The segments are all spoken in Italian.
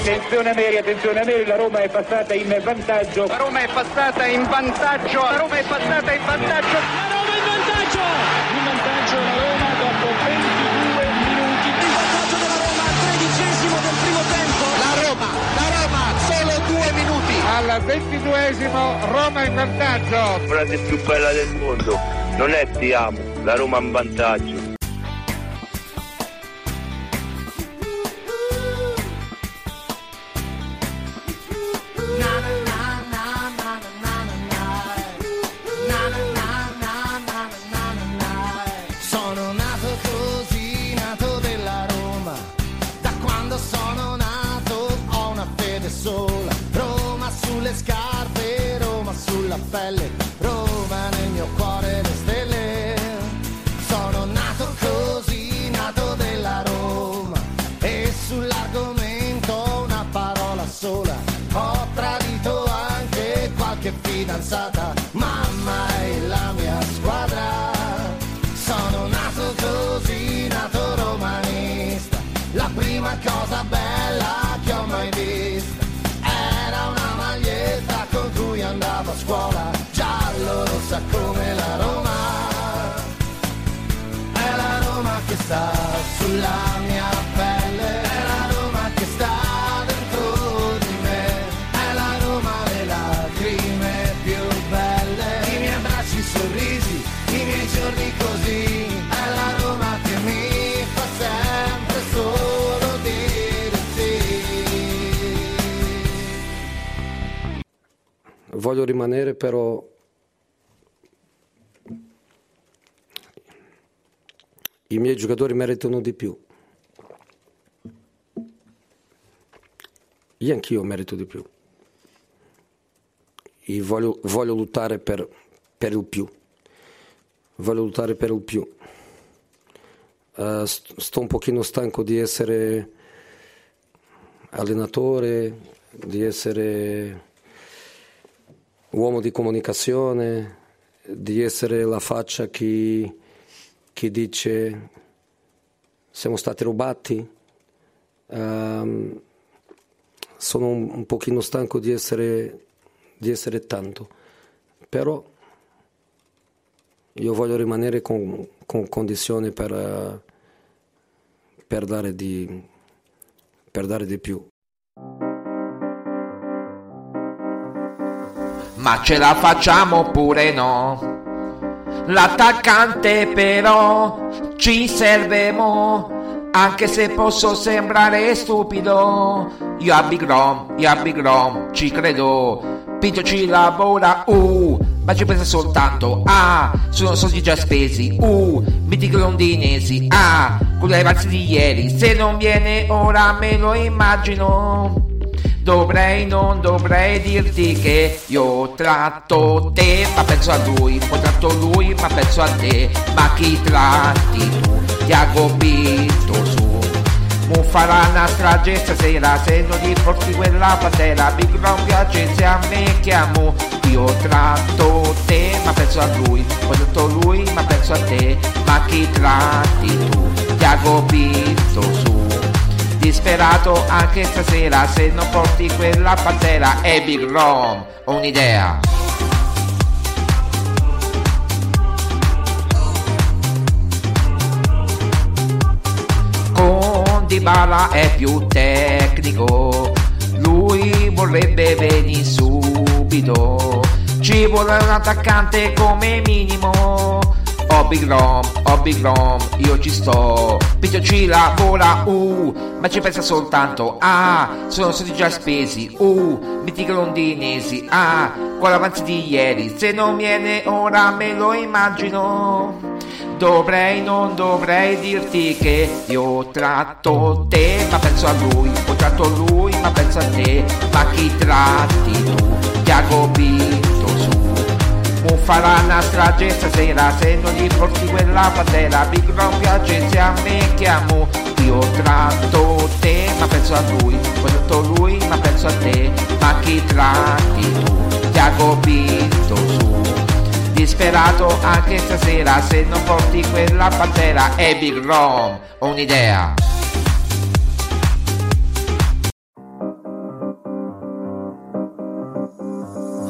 Attenzione Neri, la Roma è passata in vantaggio. La Roma è passata in vantaggio. In vantaggio la Roma dopo 22 minuti. Il vantaggio della Roma al 13° del primo tempo. La Roma, solo 2 minuti. Al 22esimo Roma in vantaggio. La frase più bella del mondo non è ti amo, la Roma in vantaggio. Sono nato così, nato della Roma. Da quando sono nato ho una fede sola. Roma sulle scarpe, Roma sulla pelle, Roma nel mio cuore le stelle. Sono nato così, nato della Roma. E sull'argomento una parola sola. Ho tradito anche qualche fidanzata, mamma è la mia squadra. Sono nato così, nato romanista. La prima cosa bella che ho mai vista era una maglietta con cui andavo a scuola, giallo-rossa come la Roma. È la Roma che sta sulla mia pelle, è la Roma che sta dentro di me, è la Roma le lacrime più belle, i miei abbracci, i sorrisi, i miei giorni così. È la Roma che mi fa sempre solo dire sì. Voglio rimanere, però i miei giocatori meritano di più. Io anch'io merito di più. E voglio lottare per il più. Voglio lottare per il più. Sto un pochino stanco di essere allenatore, di essere uomo di comunicazione, di essere la faccia che dice siamo stati rubati. Sono un pochino stanco di essere tanto, però io voglio rimanere con condizioni per dare di più. Ma ce la facciamo oppure no? L'attaccante però ci serve mo', anche se posso sembrare stupido. Io a Big Rom ci credo. Pinto ci lavora, ma ci pensa soltanto, sono soldi già spesi, mitichi londinesi, con le avanzi di ieri, se non viene ora me lo immagino. Non dovrei dirti che io tratto te, ma penso a lui, poi tratto lui, ma penso a te, ma chi tratti tu? Tiago Pinto su. Mu farà una strage stasera, se non gli porti quella patera, Big Rom piace se a me chiamo. Io tratto te, ma penso a lui, poi tratto lui, ma penso a te, ma chi tratti tu? Tiago Pinto su. Disperato anche stasera, se non porti quella pantera, è Big Rom, ho un'idea. Con Dybala è più tecnico, lui vorrebbe venire subito, ci vuole un attaccante come minimo. Oh Big Rom, io ci sto, Pinto ci lavora, ma ci pensa soltanto, sono stati già spesi, mitiche londinesi, con l'avanzi di ieri, se non viene ora me lo immagino. Non dovrei dirti che io tratto te, ma penso a lui, poi tratto lui, ma penso a te, ma chi tratti tu? Tiago Pinto su. Mu farà una strage stasera, se non gli porti quella pantera, Big Rom piace se a me chiamo. Io tratto te, ma penso a lui, poi tratto lui, ma penso a te, ma chi tratti tu? Tiago Pinto su. Disperato anche stasera, se non porti quella pantera, è Big Rom, ho un'idea.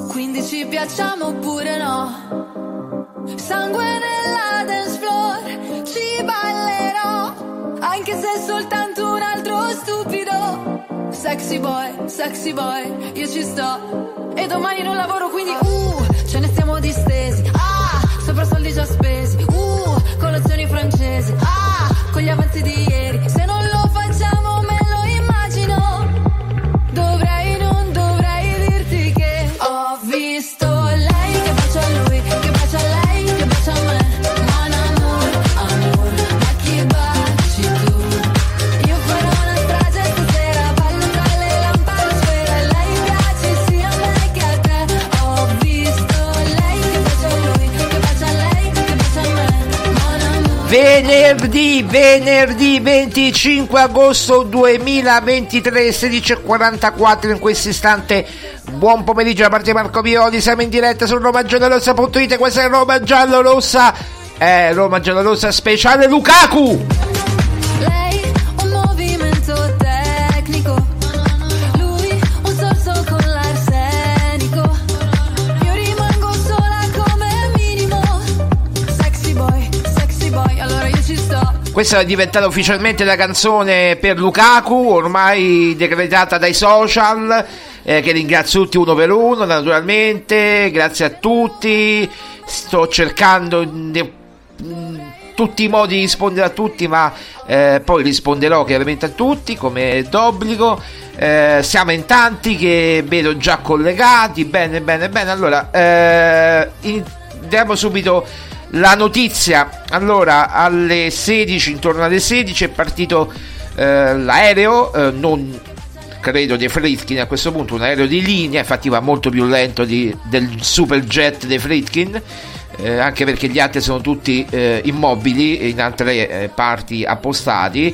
quindi ci piacciamo oppure no. Sangue nella dance floor, ci ballerò, anche se è soltanto un altro stupido. Sexy boy, io ci sto. E domani non lavoro, quindi ce ne stiamo distesi. Sopra soldi già spesi. Colazioni francesi. Con gli avanzi di ieri. Se non lo facciamo me lo immagino. Non dovrei dirti che ho visto lei che bacia a lui, che bacia a lei, che bacia a me. Mon amour, ma chi baci tu? Io farò una strage stasera, ballo tra le lampade e lei piace sia a me che a te. Ho visto lei che bacia a lui, che bacia a lei, che bacia a me. Mon amour. Venerdì 25 agosto 2023, 16:44 in questo istante. Buon pomeriggio da parte di Marco Violi, siamo in diretta su romagiallorossa.it. questa è Roma Giallorossa, Roma Giallorossa speciale Lukaku. Lei un movimento tecnico, lui un sorso con l'arsenico. Io rimango sola come minimo. Sexy boy, allora io ci sto. Questa è diventata ufficialmente la canzone per Lukaku, ormai decretata dai social, che ringrazio tutti uno per uno, naturalmente, grazie a tutti. Sto cercando tutti i modi di rispondere a tutti, ma poi risponderò chiaramente a tutti come d'obbligo. Siamo in tanti che vedo già collegati. Bene. Allora andiamo subito. La notizia, allora alle 16, intorno alle 16 è partito l'aereo, non credo dei Fritkin a questo punto, un aereo di linea, infatti va molto più lento del superjet dei Fritkin, anche perché gli altri sono tutti immobili in altre parti appostati.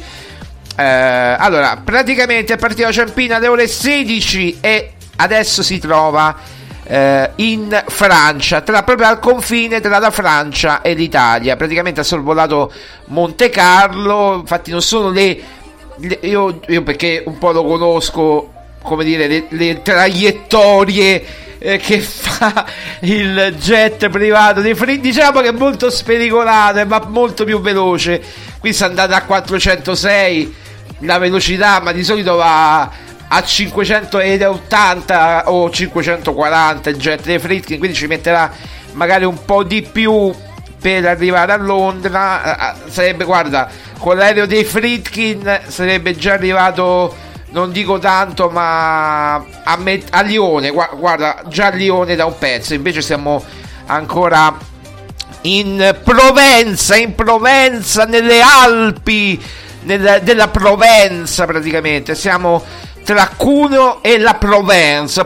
Allora praticamente è partito da Ciampino alle ore 16 e adesso si trova in Francia, proprio al confine tra la Francia e l'Italia. Praticamente ha sorvolato Monte Carlo. Infatti non sono io perché un po' lo conosco, come dire, le traiettorie che fa il jet privato dei diciamo che è molto spericolato, ma molto più veloce. Qui sta andando a 406 la velocità, ma di solito va a 580 o 540 il jet dei Fritkin, quindi ci metterà magari un po' di più per arrivare a Londra. Sarebbe, guarda, con l'aereo dei Fritkin sarebbe già arrivato, non dico tanto, ma a Lione, guarda, già a Lione da un pezzo. Invece siamo ancora in Provenza, nelle Alpi della Provenza, praticamente siamo tra Cuneo e la Provence,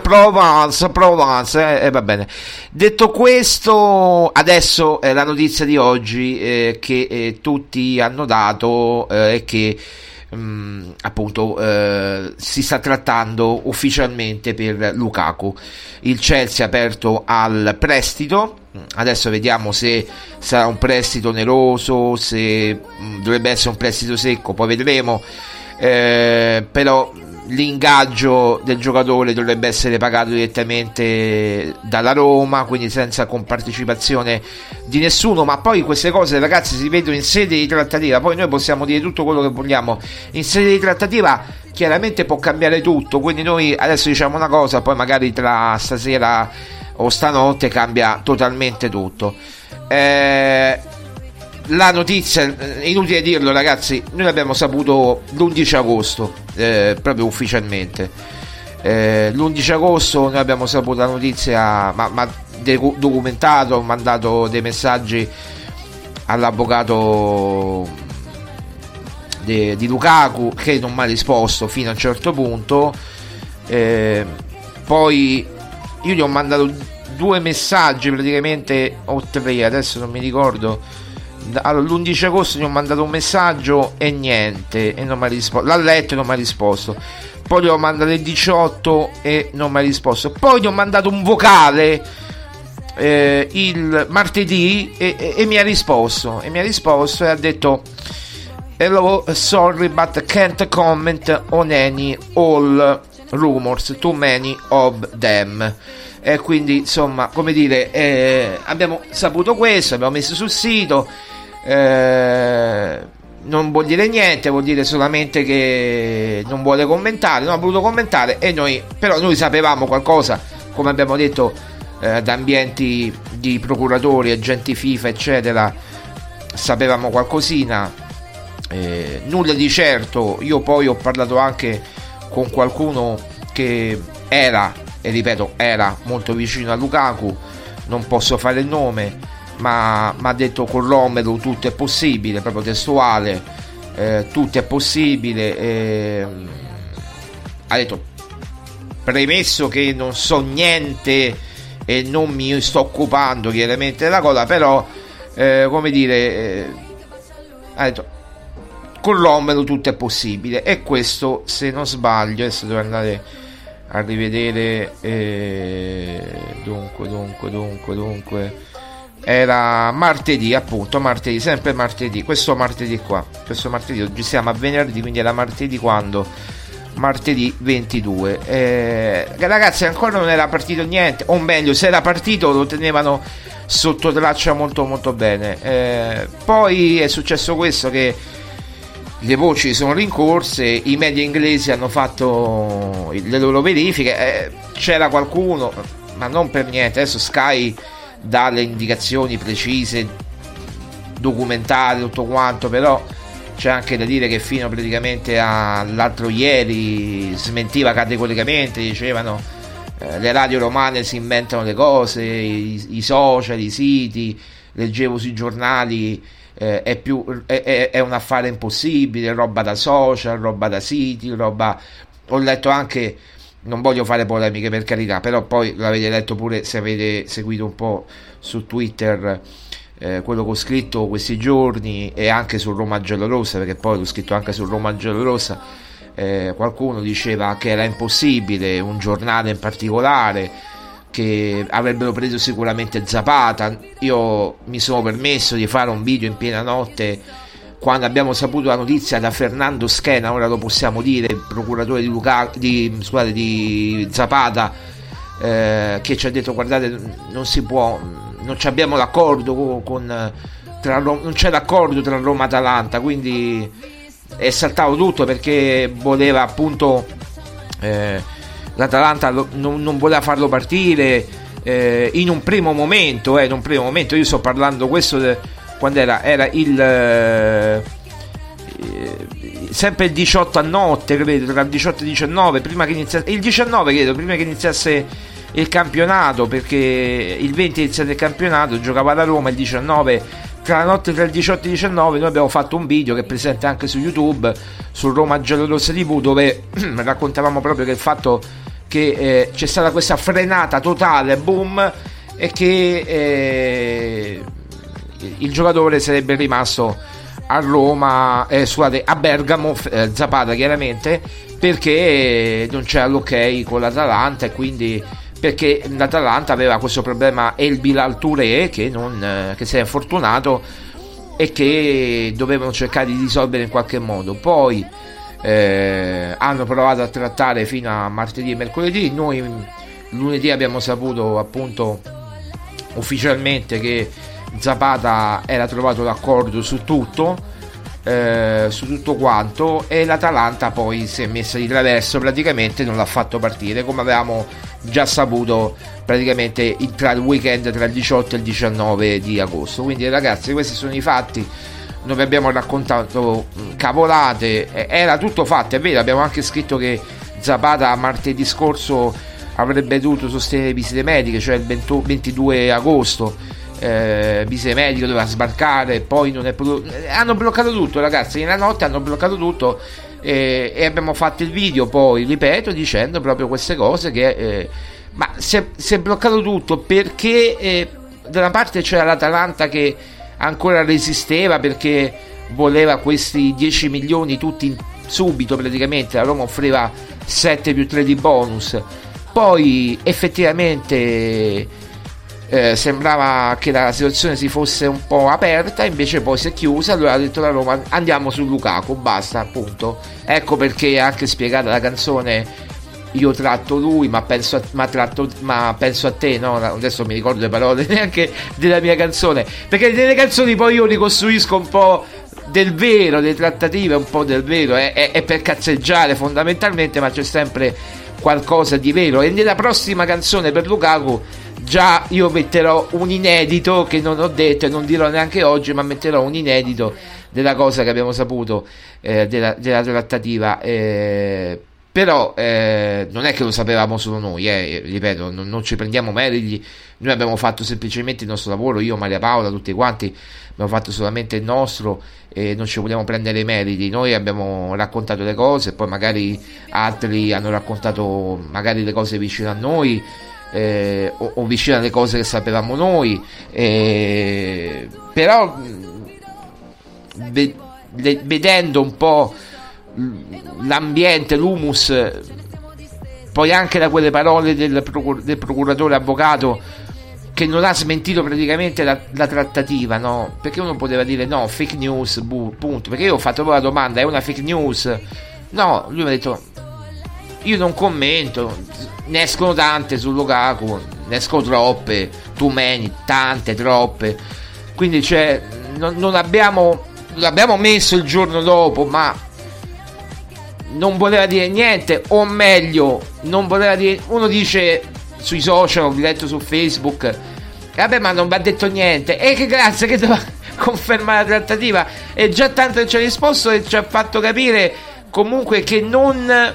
va bene. Detto questo, adesso la notizia di oggi che tutti hanno dato è che appunto si sta trattando ufficialmente per Lukaku. Il Chelsea ha aperto al prestito. Adesso vediamo se sarà un prestito oneroso, se dovrebbe essere un prestito secco, poi vedremo. Però l'ingaggio del giocatore dovrebbe essere pagato direttamente dalla Roma, quindi senza compartecipazione di nessuno. Ma poi queste cose, ragazzi, si vedono in sede di trattativa. Poi noi possiamo dire tutto quello che vogliamo, in sede di trattativa chiaramente può cambiare tutto, quindi noi adesso diciamo una cosa, poi magari tra stasera o stanotte cambia totalmente tutto. La notizia, inutile dirlo, ragazzi, noi l'abbiamo saputo l'11 agosto, proprio ufficialmente. L'11 agosto noi abbiamo saputo la notizia, ma documentato, ho mandato dei messaggi all'avvocato di Lukaku, che non mi ha risposto fino a un certo punto. Poi io gli ho mandato 2 messaggi praticamente, o 3, adesso non mi ricordo. Allora, l'11 agosto gli ho mandato un messaggio e niente, e non mi ha risposto. L'ha letto e non mi ha risposto. Poi gli ho mandato il 18 e non mi ha risposto. Poi gli ho mandato un vocale il martedì e mi ha risposto. E ha detto: hello, sorry but can't comment on any all rumors, too many of them. e quindi insomma, come dire, abbiamo saputo questo, abbiamo messo sul sito, non vuol dire niente, vuol dire solamente che non vuole commentare, non ha voluto commentare, e noi sapevamo qualcosa, come abbiamo detto, da ambienti di procuratori, agenti FIFA eccetera, sapevamo qualcosina, nulla di certo. Io poi ho parlato anche con qualcuno che era, e ripeto, era molto vicino a Lukaku, non posso fare il nome, ma mi ha detto con Romelu tutto è possibile, proprio testuale, tutto è possibile, ha detto, premesso che non so niente e non mi sto occupando chiaramente della cosa, però come dire, ha detto con Romelu tutto è possibile, e questo, se non sbaglio, adesso devo andare a rivedere, dunque era martedì, appunto, sempre martedì, questo martedì, oggi siamo a venerdì, quindi era martedì, quando? Martedì 22. Ragazzi, ancora non era partito niente, o meglio, se era partito lo tenevano sotto traccia molto molto bene. Poi è successo questo, che le voci sono rincorse, i media inglesi hanno fatto le loro verifiche, c'era qualcuno, ma non per niente, adesso Sky dà le indicazioni precise, documentate, tutto quanto, però c'è anche da dire che fino praticamente all'altro ieri smentiva categoricamente, dicevano le radio romane si inventano le cose, i social, i siti, leggevo sui giornali, è un affare impossibile, roba da social, roba da siti, ho letto anche, non voglio fare polemiche per carità, però poi l'avete letto pure se avete seguito un po' su Twitter, quello che ho scritto questi giorni, e anche su Roma Giallorossa, perché poi l'ho scritto anche su Roma Giallorossa. Qualcuno diceva che era impossibile, un giornale in particolare, che avrebbero preso sicuramente Zapata. Io mi sono permesso di fare un video in piena notte quando abbiamo saputo la notizia da Fernando Schena, ora lo possiamo dire, il procuratore di Zapata, che ci ha detto: guardate, non si può, non abbiamo l'accordo non c'è l'accordo tra Roma e Atalanta, quindi è saltato tutto, perché voleva appunto l'Atalanta non voleva farlo partire in un primo momento, io sto parlando questo quando era il sempre il 18 a notte, credo, tra il 18 e il 19, prima che iniziasse il 19, credo, prima che iniziasse il campionato, perché il 20 è iniziato il campionato, giocava la Roma, il 19, tra la notte tra il 18 e il 19 noi abbiamo fatto un video che è presente anche su YouTube, su Roma Giallorossa TV, dove raccontavamo proprio che il fatto che c'è stata questa frenata totale, boom, e che il giocatore sarebbe rimasto a Roma, a Bergamo, Zapata chiaramente, perché non c'era l'ok con l'Atalanta, e quindi perché l'Atalanta aveva questo problema El Bilal Touré che si è infortunato e che dovevano cercare di risolvere in qualche modo. Poi hanno provato a trattare fino a martedì e mercoledì. Noi lunedì abbiamo saputo appunto ufficialmente che Zapata era trovato d'accordo su tutto quanto, e l'Atalanta poi si è messa di traverso, praticamente non l'ha fatto partire, come avevamo già saputo praticamente tra il weekend tra il 18 e il 19 di agosto. Quindi ragazzi, questi sono i fatti, non vi abbiamo raccontato cavolate, era tutto fatto, è vero. Abbiamo anche scritto che Zapata martedì scorso avrebbe dovuto sostenere visite mediche, cioè il 22 agosto, visite mediche, doveva sbarcare, poi non è potuto, hanno bloccato tutto, ragazzi, nella notte hanno bloccato tutto, e abbiamo fatto il video, poi ripeto, dicendo proprio queste cose, che ma si è bloccato tutto perché da una parte c'era l'Atalanta che ancora resisteva, perché voleva questi 10 milioni tutti subito, praticamente la Roma offriva 7 più 3 di bonus. Poi effettivamente sembrava che la situazione si fosse un po' aperta, invece poi si è chiusa. Allora ha detto la Roma: andiamo su Lukaku, basta, appunto. Ecco perché è anche spiegata la canzone io tratto lui, ma penso a te, no? Adesso mi ricordo le parole neanche della mia canzone, perché nelle canzoni poi io ricostruisco un po' del vero, le trattative, un po' del vero, è per cazzeggiare fondamentalmente, ma c'è sempre qualcosa di vero. E nella prossima canzone per Lukaku già io metterò un inedito che non ho detto e non dirò neanche oggi, ma metterò un inedito della cosa che abbiamo saputo della trattativa, però non è che lo sapevamo solo noi, ripeto, non ci prendiamo meriti, noi abbiamo fatto semplicemente il nostro lavoro, io, Maria Paola, tutti quanti abbiamo fatto solamente il nostro e non ci vogliamo prendere i meriti. Noi abbiamo raccontato le cose, poi magari altri hanno raccontato magari le cose vicine a noi, o vicino alle cose che sapevamo noi, però vedendo un po' l'ambiente, l'humus, poi anche da quelle parole del procuratore avvocato che non ha smentito praticamente la trattativa, no? Perché uno poteva dire no, fake news, punto, perché io ho fatto poi la domanda, è una fake news? No, lui mi ha detto io non commento, ne escono tante su Lukaku, ne escono troppe, too many, tante, troppe, quindi cioè non l'abbiamo messo il giorno dopo, ma non voleva dire niente, o meglio non voleva dire, uno dice sui social, ho letto su Facebook, vabbè, ma non vi ha detto niente, e che grazie che doveva confermare la trattativa, e già tanto che ci ha risposto e ci ha fatto capire comunque che non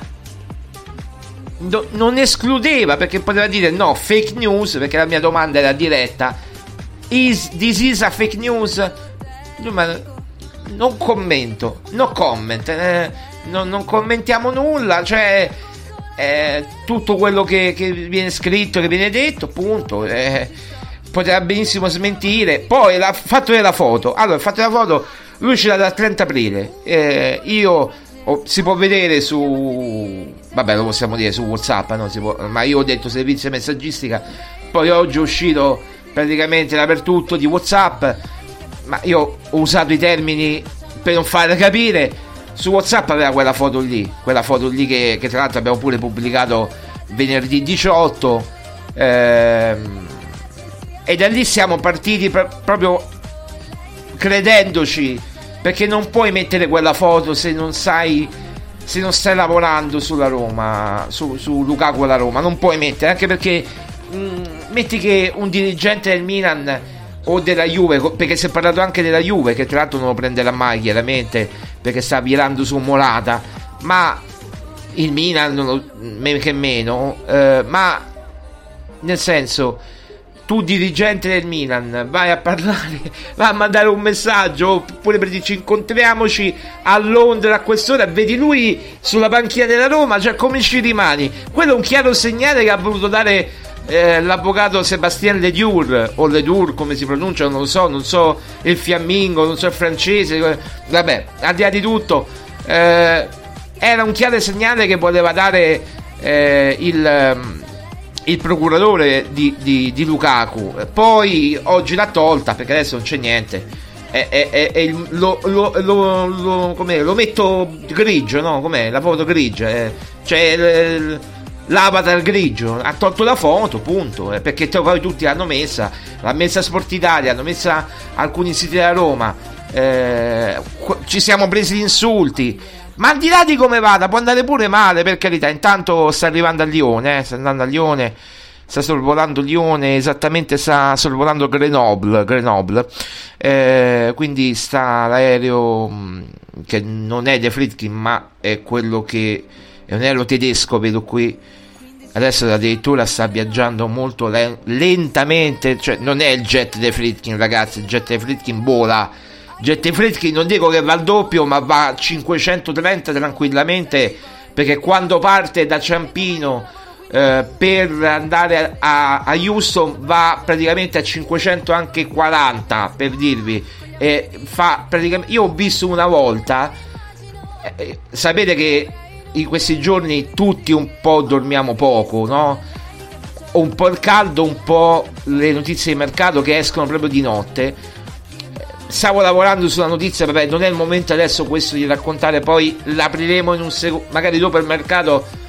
escludeva, perché poteva dire no, fake news, perché la mia domanda era diretta, this is a fake news? Ma non commento, no comment, non commentiamo nulla, cioè tutto quello che viene scritto, che viene detto, punto. Poteva benissimo smentire. Poi il fatto della foto, allora il fatto della foto lui ce l'ha dal 30 aprile, si può vedere su, vabbè, lo possiamo dire su WhatsApp, no? Ma io ho detto servizio messaggistica, poi oggi è uscito praticamente dappertutto di WhatsApp, ma io ho usato i termini per non fare capire. Su WhatsApp aveva quella foto lì che tra l'altro abbiamo pure pubblicato venerdì 18, e da lì siamo partiti proprio credendoci, perché non puoi mettere quella foto se non stai lavorando sulla Roma, su Lukaku alla Roma, non puoi mettere, anche perché metti che un dirigente del Milan o della Juve, perché si è parlato anche della Juve, che tra l'altro non lo prenderà mai chiaramente perché sta virando su Morata, ma il Milan men che meno, ma nel senso, tu dirigente del Milan vai a parlare, vai a mandare un messaggio, oppure per dirci incontriamoci a Londra a quest'ora, vedi lui sulla panchina della Roma, cioè come ci rimani? Quello è un chiaro segnale che ha voluto dare l'avvocato Sébastien Ledur, o Ledur come si pronuncia, non so il fiammingo, non so il francese, vabbè, al di là di tutto, era un chiaro segnale che voleva dare il procuratore di Lukaku. Poi oggi l'ha tolta perché adesso non c'è niente, lo metto grigio, no? Com'è la foto grigia, cioè l'avatar grigio, ha tolto la foto, punto, perché poi tutti l'hanno messa, l'ha messa Sport Italia, hanno messa alcuni siti della Roma, ci siamo presi gli insulti, ma al di là di come vada può andare pure male, per carità. Intanto sta arrivando a Lione, sta andando a Lione, sta sorvolando Lione, esattamente sta sorvolando Grenoble, quindi sta l'aereo che non è De Friedkin, ma è quello che è un aereo tedesco, vedo qui. Adesso addirittura sta viaggiando molto lentamente, cioè non è il jet De Friedkin, ragazzi, il jet De Friedkin vola. Jet De Friedkin non dico che va al doppio, ma va a 530 tranquillamente, perché quando parte da Ciampino per andare a Houston va praticamente a 500 anche 40, per dirvi, fa praticamente, io ho visto una volta, sapete che in questi giorni tutti un po' dormiamo poco, no? Un po' il caldo, un po' le notizie di mercato che escono proprio di notte. Stavo lavorando sulla notizia, vabbè, non è il momento adesso questo di raccontare, poi l'apriremo in un secondo, magari dopo il mercato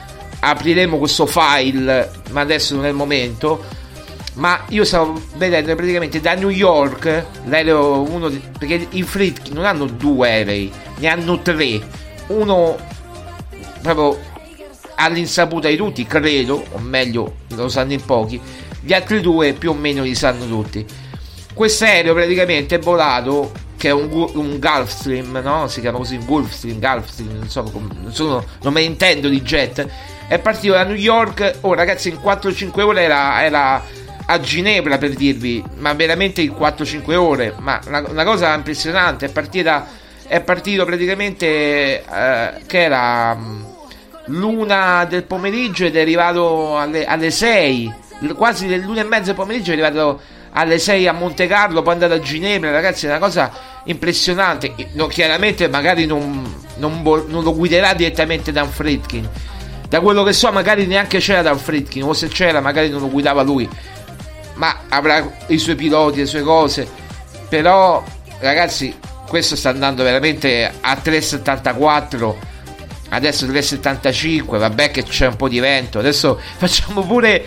apriremo questo file, ma adesso non è il momento. Ma io stavo vedendo praticamente da New York l'aereo, perché i Friedkin non hanno 2 aerei, ne hanno 3, uno proprio all'insaputa di tutti, credo, o meglio lo sanno in pochi, gli altri 2 più o meno li sanno tutti. Questo aereo praticamente è volato, che è un Gulfstream, no? Si chiama così, Gulfstream, non me ne intendo di jet. È partito da New York, ragazzi, in 4-5 ore era a Ginevra, per dirvi, ma veramente in 4-5 ore, ma una cosa impressionante. È partito praticamente che era l'1 del pomeriggio ed è arrivato alle 6, quasi l'1:30 del pomeriggio, è arrivato alle 6 a Monte Carlo, poi è andato a Ginevra. Ragazzi, è una cosa impressionante. Chiaramente magari non lo guiderà direttamente Dan Friedkin, da quello che so magari neanche c'era Dan Friedkin, o se c'era magari non lo guidava lui, ma avrà i suoi piloti, le sue cose. Però ragazzi, questo sta andando veramente a 3,74, adesso 3,75. Vabbè che c'è un po' di vento, adesso facciamo pure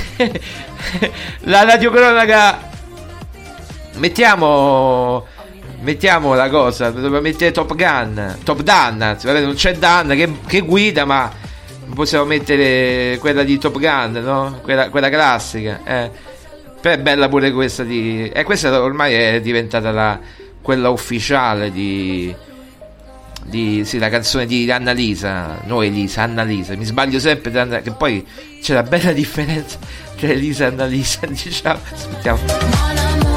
la radiocronaca, mettiamo la cosa, dobbiamo mettere Top Gun, anzi, vabbè, non c'è Dan che guida, ma possiamo mettere quella di Top Gun, no? Quella classica, però è bella pure questa questa ormai è diventata quella ufficiale di la canzone di Annalisa, no Elisa, Annalisa, mi sbaglio sempre, che poi c'è una bella differenza tra Elisa e Annalisa, diciamo. Aspettiamo.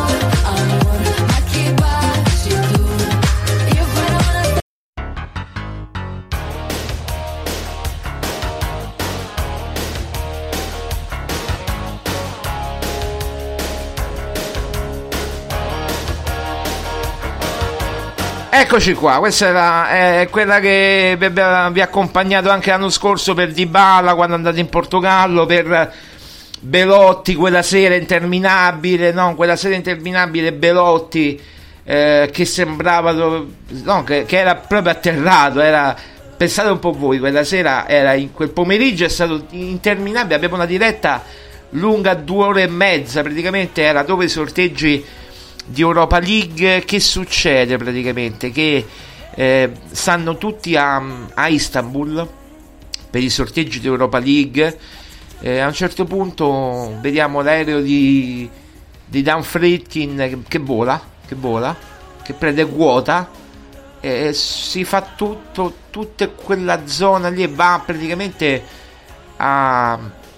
Eccoci qua, questa è quella che vi ha accompagnato anche l'anno scorso per Dybala quando andate in Portogallo, per Belotti quella sera interminabile, no? Quella sera interminabile Belotti che sembrava che era proprio atterrato, pensate un po' voi, quella sera in quel pomeriggio è stato interminabile. Abbiamo una diretta lunga 2 ore e mezza, praticamente era dove i sorteggi di Europa League. Che succede praticamente? Che stanno tutti a Istanbul per i sorteggi di Europa League. A un certo punto vediamo l'aereo di Dan Friedkin che vola, che prende quota e si fa tutta quella zona lì e va praticamente a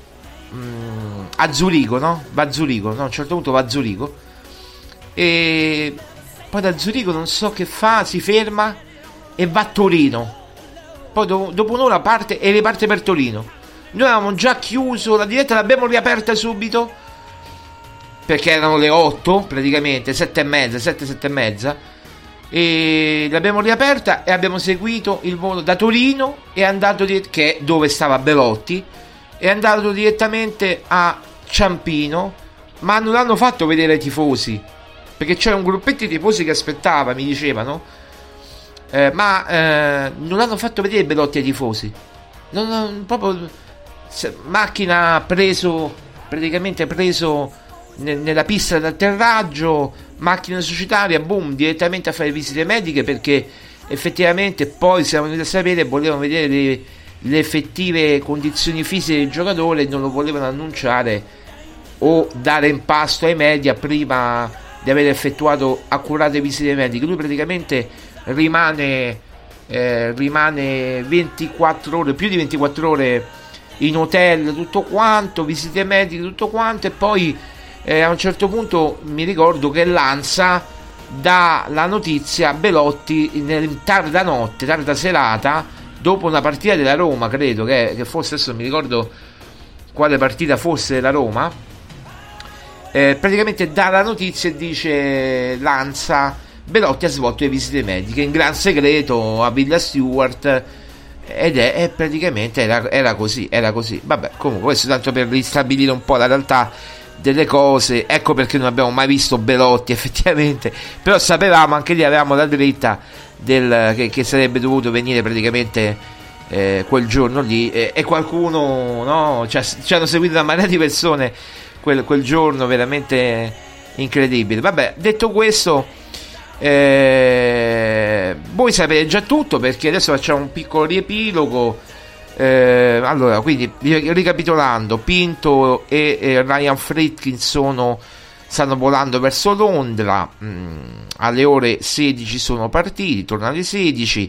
Zurigo, no? Va a Zurigo, no? A un certo punto va a Zurigo e poi da Zurigo non so che fa, si ferma e va a Torino. Poi dopo un'ora parte e riparte per Torino. Noi avevamo già chiuso la diretta, l'abbiamo riaperta subito perché erano le 8 praticamente, 7:30 e l'abbiamo riaperta e abbiamo seguito il volo da Torino e è andato che è dove stava Belotti, è andato direttamente a Ciampino, ma non l'hanno fatto vedere ai tifosi perché c'era un gruppetto di tifosi che aspettava, mi dicevano, ma non l'hanno fatto vedere Belotti ai tifosi, proprio macchina preso nella pista d'atterraggio, macchina societaria, boom, direttamente a fare visite mediche, perché effettivamente poi siamo venuti a sapere, volevano vedere le effettive condizioni fisiche del giocatore e non lo volevano annunciare o dare in pasto ai media prima di aver effettuato accurate visite mediche. Lui praticamente rimane 24 ore, più di 24 ore in hotel, tutto quanto, visite mediche, tutto quanto, e poi a un certo punto mi ricordo che l'ANSA dà la notizia a Belotti in tarda notte, tarda serata, dopo una partita della Roma, credo che fosse, adesso non mi ricordo quale partita fosse della Roma, praticamente dà la notizia e dice l'ANSA: Belotti ha svolto le visite mediche in gran segreto a Villa Stewart, ed è praticamente era così. Vabbè, comunque questo tanto per ristabilire un po' la realtà delle cose. Ecco perché non abbiamo mai visto Belotti effettivamente, però sapevamo, anche lì avevamo la dritta che sarebbe dovuto venire praticamente quel giorno lì, e qualcuno, no, ci hanno seguito una marea di persone quel giorno, veramente incredibile. Vabbè, detto questo, voi sapete già tutto, perché adesso facciamo un piccolo riepilogo. Allora, quindi ricapitolando, Pinto e Ryan Friedkin stanno volando verso Londra, alle ore 16 sono partiti, tornano alle 16,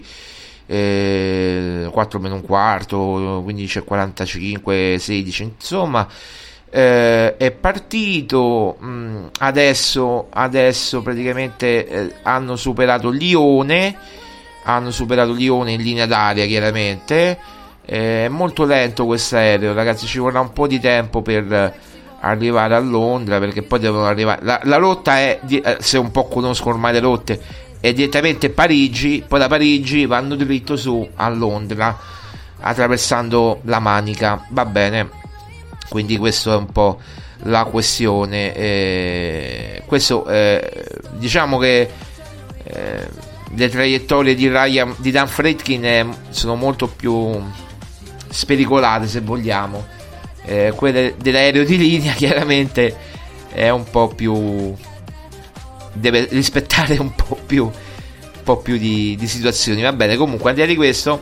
4 meno un quarto, 15:45, 16, insomma, è partito. Adesso praticamente hanno superato Lione in linea d'aria, chiaramente. È molto lento questo aereo, ragazzi, ci vorrà un po' di tempo per arrivare a Londra, perché poi devono arrivare, la rotta è, se un po' conosco ormai le rotte, è direttamente Parigi, poi da Parigi vanno dritto su a Londra attraversando la Manica, va bene? Quindi questo è un po' la questione. Diciamo che le traiettorie di Dan Friedkin sono molto più spericolate, se vogliamo. Quelle dell'aereo di linea chiaramente è un po' più, deve rispettare un po' più di situazioni, va bene. Comunque, al di là di questo,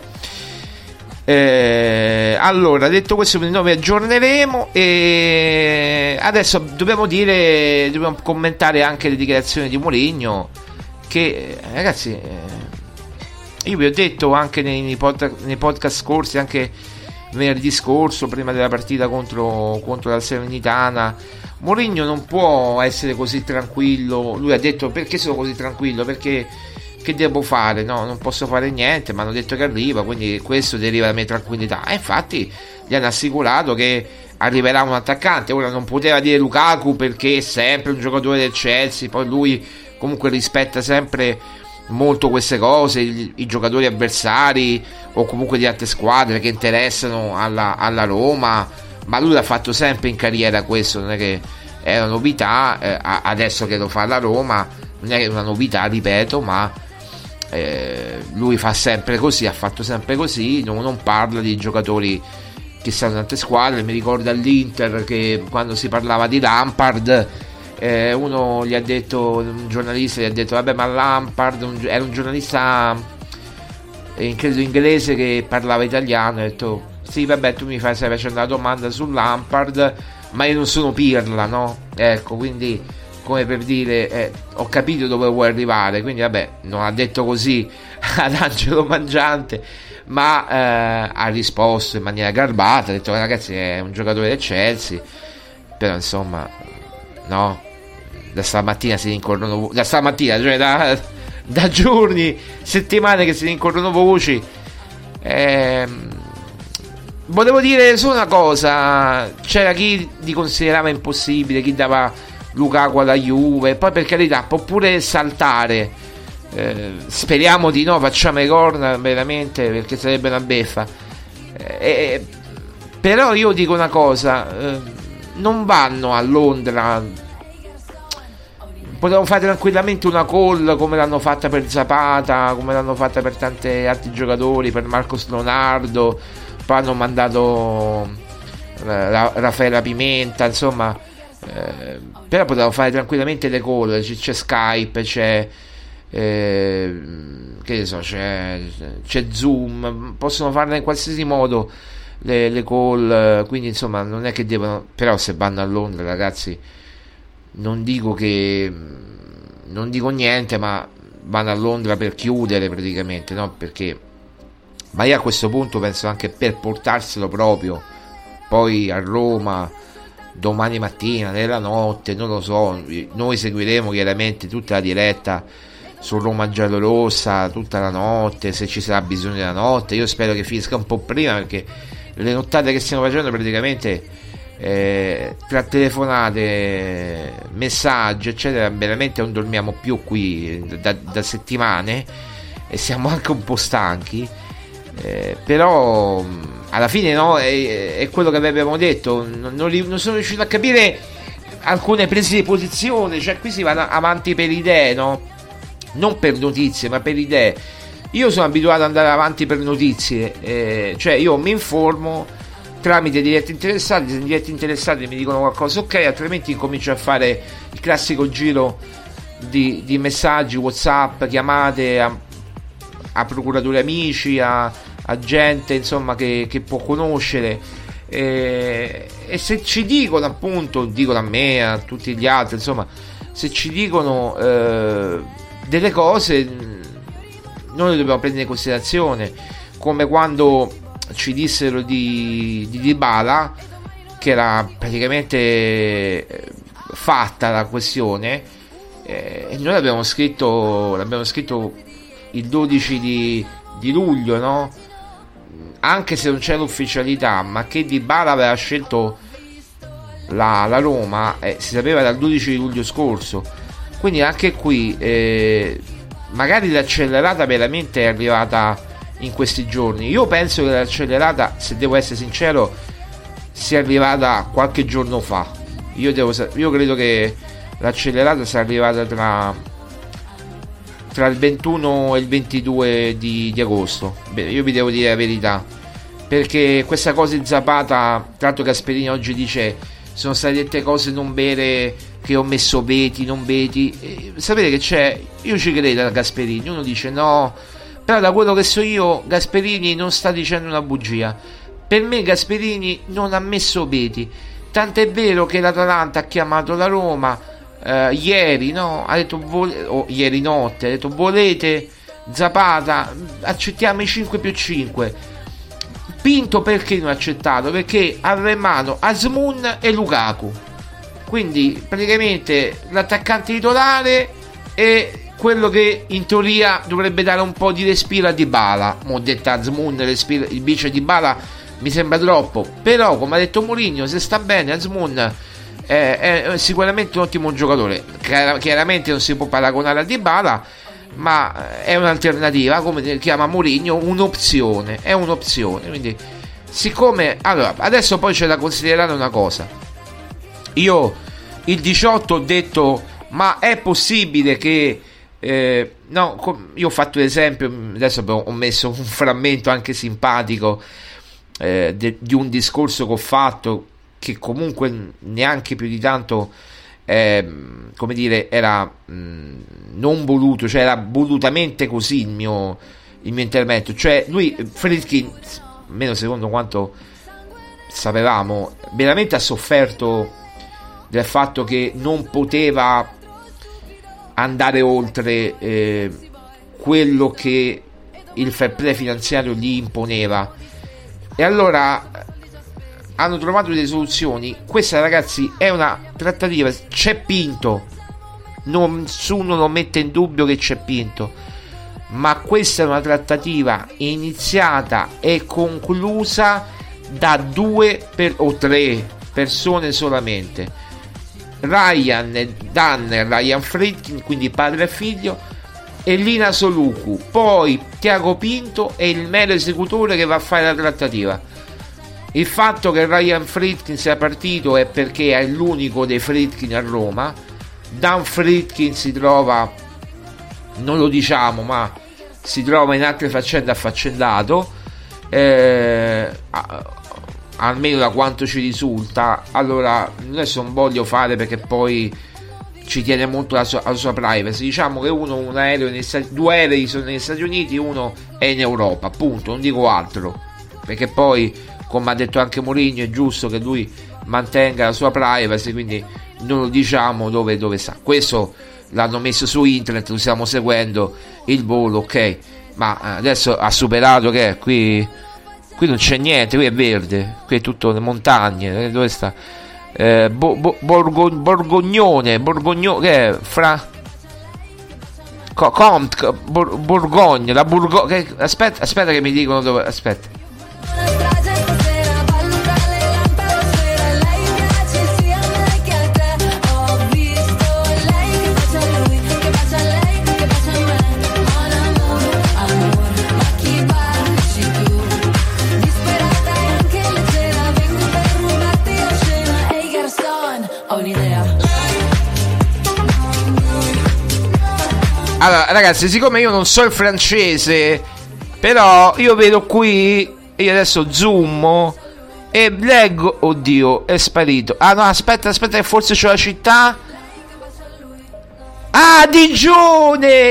allora, detto questo, noi vi aggiorneremo, e adesso dobbiamo commentare anche le dichiarazioni di Mourinho, che ragazzi, io vi ho detto anche nei podcast scorsi, anche venerdì scorso, prima della partita contro la Salernitana, Mourinho non può essere così tranquillo. Lui ha detto: perché sono così tranquillo? Perché che devo fare? No, non posso fare niente, mi hanno detto che arriva, quindi questo deriva dalla mia tranquillità. E infatti gli hanno assicurato che arriverà un attaccante. Ora non poteva dire Lukaku, perché è sempre un giocatore del Chelsea, poi lui comunque rispetta sempre molto queste cose, i giocatori avversari o comunque di altre squadre che interessano alla Roma, ma lui l'ha fatto sempre in carriera questo, non è che è una novità, adesso che lo fa la Roma non è una novità, ripeto, ma lui fa sempre così, ha fatto sempre così, non parla di giocatori che stanno in altre squadre. Mi ricordo all'Inter che quando si parlava di Lampard, uno gli ha detto, un giornalista gli ha detto: vabbè, ma Lampard era un giornalista credo inglese che parlava italiano, ha detto: sì, vabbè, tu mi stai facendo la domanda su Lampard, ma io non sono Pirla, no? Ecco, quindi come per dire, ho capito dove vuoi arrivare. Quindi vabbè, non ha detto così ad Angelo Mangiante, ma ha risposto in maniera garbata, ha detto: ragazzi, è un giocatore del Chelsea, però insomma, no, da stamattina si rincorrono, cioè da giorni, settimane che si rincorrono voci. Volevo dire solo una cosa: c'era chi li considerava impossibile, chi dava Lukaku alla Juve, poi per carità può pure saltare, speriamo di no, facciamo i corner veramente, perché sarebbe una beffa, però io dico una cosa, non vanno a Londra. Potevamo fare tranquillamente una call come l'hanno fatta per Zapata, come l'hanno fatta per tanti altri giocatori, per Marcos Leonardo, poi hanno mandato Raffaella Pimenta, insomma, però potevamo fare tranquillamente le call. C'è Skype, c'è che ne so, c'è Zoom, possono farle in qualsiasi modo le call, quindi insomma non è che devono. Però se vanno a Londra, ragazzi, non dico niente, ma vanno a Londra per chiudere praticamente, no? Perché, ma io a questo punto penso anche per portarselo proprio poi a Roma domani mattina, nella notte, non lo so. Noi seguiremo chiaramente tutta la diretta su Roma Giallorossa tutta la notte, se ci sarà bisogno della notte. Io spero che finisca un po' prima, perché le nottate che stiamo facendo praticamente, tra telefonate, messaggi eccetera, veramente non dormiamo più qui da settimane, e siamo anche un po' stanchi, però alla fine no, è quello che abbiamo detto, non sono riuscito a capire alcune prese di posizione, cioè qui si va avanti per idee, no? Non per notizie, ma per idee. io sono abituato ad andare avanti per notizie, cioè io mi informo tramite diretti interessati, se i diretti interessati mi dicono qualcosa, ok, altrimenti incomincio a fare il classico giro di messaggi, WhatsApp, chiamate a procuratori amici, a gente insomma che può conoscere, e se ci dicono, appunto, dicono a me, a tutti gli altri, insomma, se ci dicono delle cose noi le dobbiamo prendere in considerazione, come quando ci dissero di Dybala che era praticamente fatta la questione, e noi l'abbiamo scritto il 12 di luglio, no? Anche se non c'è l'ufficialità, ma che Dybala aveva scelto la Roma si sapeva dal 12 di luglio scorso, quindi anche qui magari l'accelerata veramente è arrivata in questi giorni. Io penso che l'accelerata, se devo essere sincero, sia arrivata qualche giorno fa. Io credo che l'accelerata sia arrivata tra il 21 e il 22 di agosto. Io vi devo dire la verità, perché questa cosa di Zapata, tra l'altro Gasperini oggi dice sono state dette cose non vere, che ho messo veti, non veti, sapete che c'è, io ci credo a Gasperini, uno dice no, però da quello che so io Gasperini non sta dicendo una bugia. Per me Gasperini non ha messo veti, tant'è vero che l'Atalanta ha chiamato la Roma ieri, no? Ha detto ieri notte, ha detto volete Zapata, accettiamo i 5+5. Pinto perché non ha accettato? Perché aveva in mano Azmoun e Lukaku, quindi praticamente l'attaccante titolare e quello che in teoria dovrebbe dare un po' di respiro a Dybala. Mo' detto Azmoun, il vice Dybala mi sembra troppo, però come ha detto Mourinho, se sta bene Azmoun è sicuramente un ottimo giocatore. Chiaramente non si può paragonare a Dybala, ma è un'alternativa, come chiama Mourinho, un'opzione, è un'opzione. Quindi siccome allora adesso poi c'è da considerare una cosa, io il 18 ho detto ma è possibile che no, io ho fatto l'esempio, adesso ho messo un frammento anche simpatico di un discorso che ho fatto, che comunque neanche più di tanto come dire era non voluto, cioè era volutamente così il mio intervento. Cioè lui, Friedkin, almeno secondo quanto sapevamo, veramente ha sofferto del fatto che non poteva andare oltre quello che il fair play finanziario gli imponeva, e allora hanno trovato delle soluzioni. Questa, ragazzi, è una trattativa, c'è Pinto, nessuno lo mette in dubbio che c'è Pinto, ma questa è una trattativa iniziata e conclusa da 2 o 3 persone solamente: Ryan Danner, Ryan Friedkin, quindi padre e figlio, e Lina Soluku. Poi Tiago Pinto è il mero esecutore che va a fare la trattativa. Il fatto che Ryan Friedkin sia partito è perché è l'unico dei Friedkin a Roma. Dan Friedkin si trova, non lo diciamo, ma si trova in altre faccende affaccendato, almeno da quanto ci risulta. Allora adesso non voglio fare, perché poi ci tiene molto alla sua privacy. Diciamo che un aereo due aerei sono negli Stati Uniti, uno è in Europa, appunto, non dico altro, perché poi, come ha detto anche Mourinho, è giusto che lui mantenga la sua privacy, quindi non lo diciamo dove sta. Questo l'hanno messo su internet, lo stiamo seguendo il volo, ok, ma adesso ha superato che qui non c'è niente, qui è verde, qui è tutto le montagne. Dove sta? Borgognone, che è fra Borgogna, la aspetta che mi dicono dove, aspetta. Allora, ragazzi, siccome io non so il francese Però io vedo qui, io adesso zoom e leggo, oddio, è sparito. Ah no, aspetta, che forse c'è la città. Ah, Digione,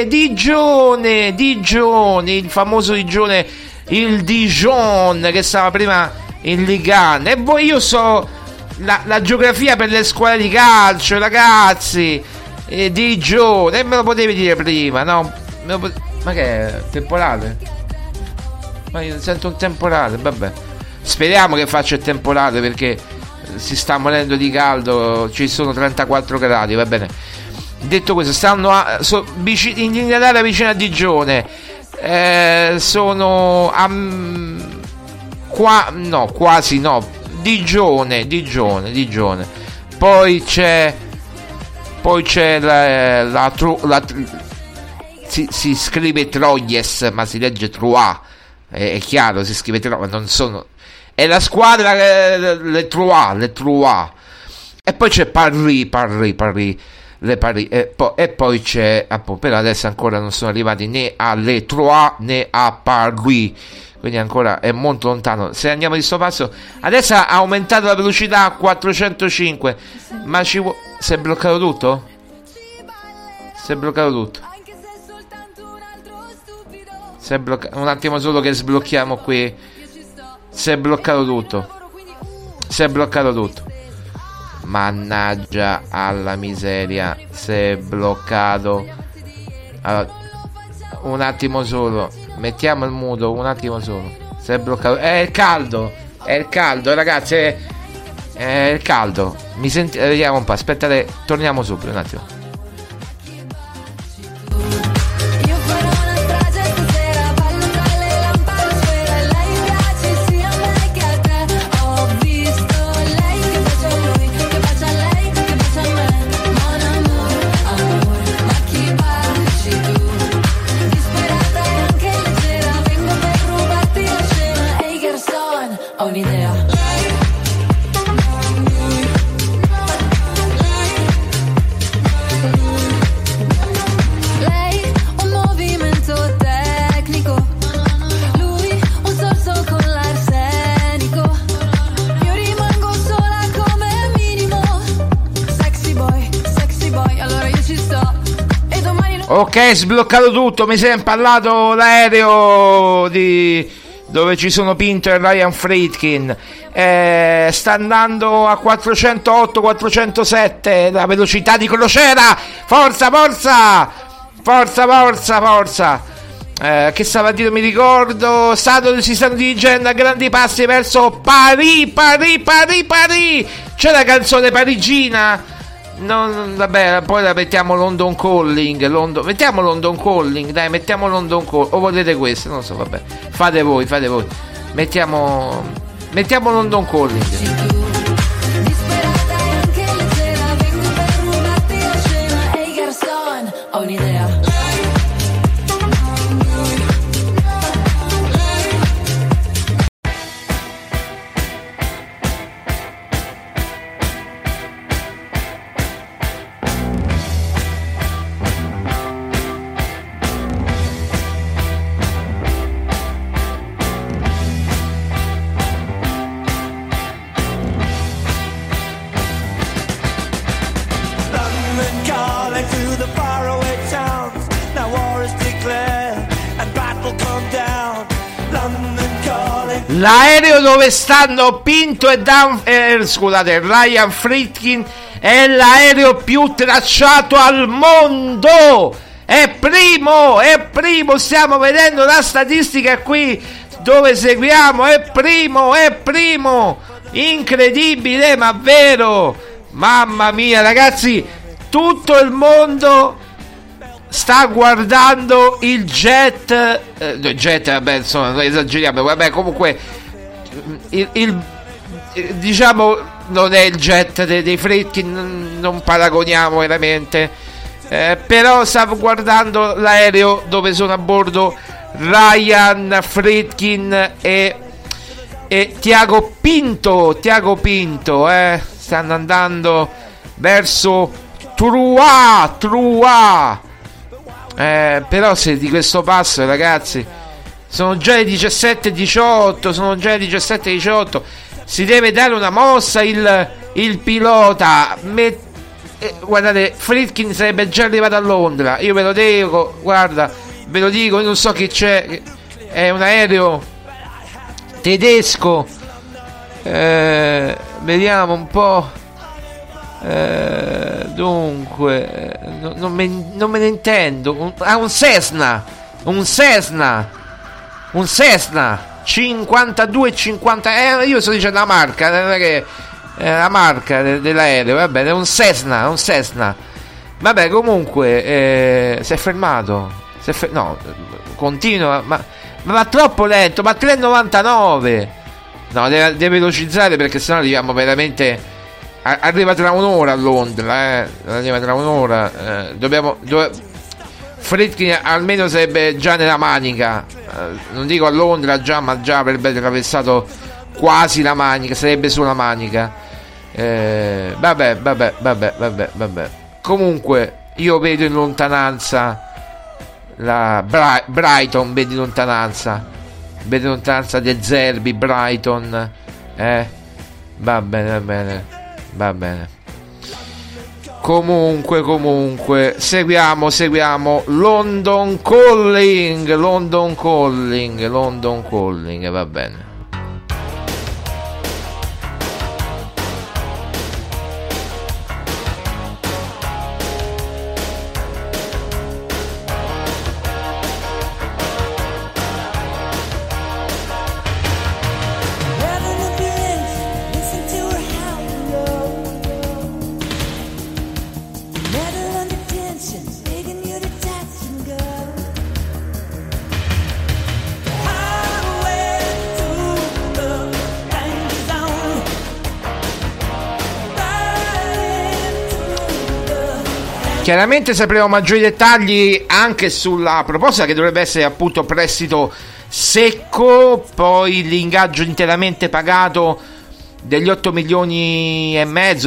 il famoso Digione, il Dijon che stava prima in Ligue 1. E poi io so la geografia per le squadre di calcio, ragazzi. Digione, e me lo potevi dire prima, no? Ma che è? Temporale? Ma io sento un temporale, vabbè. Speriamo che faccia il temporale, perché si sta morendo di caldo, ci sono 34 gradi, va bene. Detto questo, stanno in linea d'aria vicino a Digione. Sono a quasi no. Digione. Poi c'è si scrive Troyes, ma si legge Trois. È chiaro, si scrive Trois, ma non sono. È la squadra le Trois. E poi c'è Paris. E poi c'è, però adesso ancora non sono arrivati né alle Trois né a Paris, quindi ancora è molto lontano. Se andiamo di sto passo, adesso ha aumentato la velocità a 405, ma si è bloccato tutto? Un attimo solo che sblocchiamo qui. Si è bloccato tutto. Mannaggia alla miseria, si è bloccato. Allora, un attimo solo, mettiamo il muto un attimo solo. Si è bloccato. È il caldo ragazzi, è il caldo. Vediamo un po', aspettate, torniamo subito un attimo. Ok, sbloccato tutto. Mi si è impallato l'aereo dove ci sono Pinto e Ryan Friedkin. Sta andando a 408-407 la velocità di crociera. Forza. Che stava a dire, mi ricordo. Si stanno dirigendo a grandi passi verso Paris. C'è la canzone parigina. Vabbè, poi la mettiamo London Calling. Mettiamo London Calling, dai, mettiamo London Calling. O volete questo? Non so, vabbè. Fate voi. Mettiamo London Calling. Ho un'idea. L'aereo dove stanno Pinto e Ryan Friedkin è l'aereo più tracciato al mondo. È primo. Stiamo vedendo la statistica qui dove seguiamo. È primo. Incredibile, ma vero. Mamma mia, ragazzi, tutto il mondo sta guardando il jet, vabbè, insomma, non esageriamo, vabbè, comunque diciamo non è il jet dei Friedkin, non paragoniamo veramente, però sta guardando l'aereo dove sono a bordo Ryan Friedkin e Tiago Pinto, stanno andando verso Trois. Però se di questo passo, ragazzi, sono già le 17:18, si deve dare una mossa il pilota. Guardate, Friedkin sarebbe già arrivato a Londra, io ve lo dico, io non so chi c'è, è un aereo tedesco, vediamo un po', dunque non me ne intendo. Un Cessna 52-50, io sto dicendo la marca, non è che la marca dell'aereo, va bene, è un Cessna. Vabbè, comunque si è fermato, no, continua, ma va troppo lento, ma 3,99. No, deve velocizzare, perché sennò arriviamo veramente, arriva tra un'ora a Londra, arriva tra un'ora, Friedkin almeno sarebbe già nella Manica, non dico a Londra già, ma già avrebbe attraversato quasi la Manica, sarebbe sulla Manica. Vabbè. Comunque io vedo in lontananza la Brighton, vedo in lontananza De Zerbi, Brighton, va bene. Comunque seguiamo London Calling, va bene. Chiaramente sapremo maggiori dettagli anche sulla proposta, che dovrebbe essere appunto prestito secco, poi l'ingaggio interamente pagato degli 8 milioni e mezzo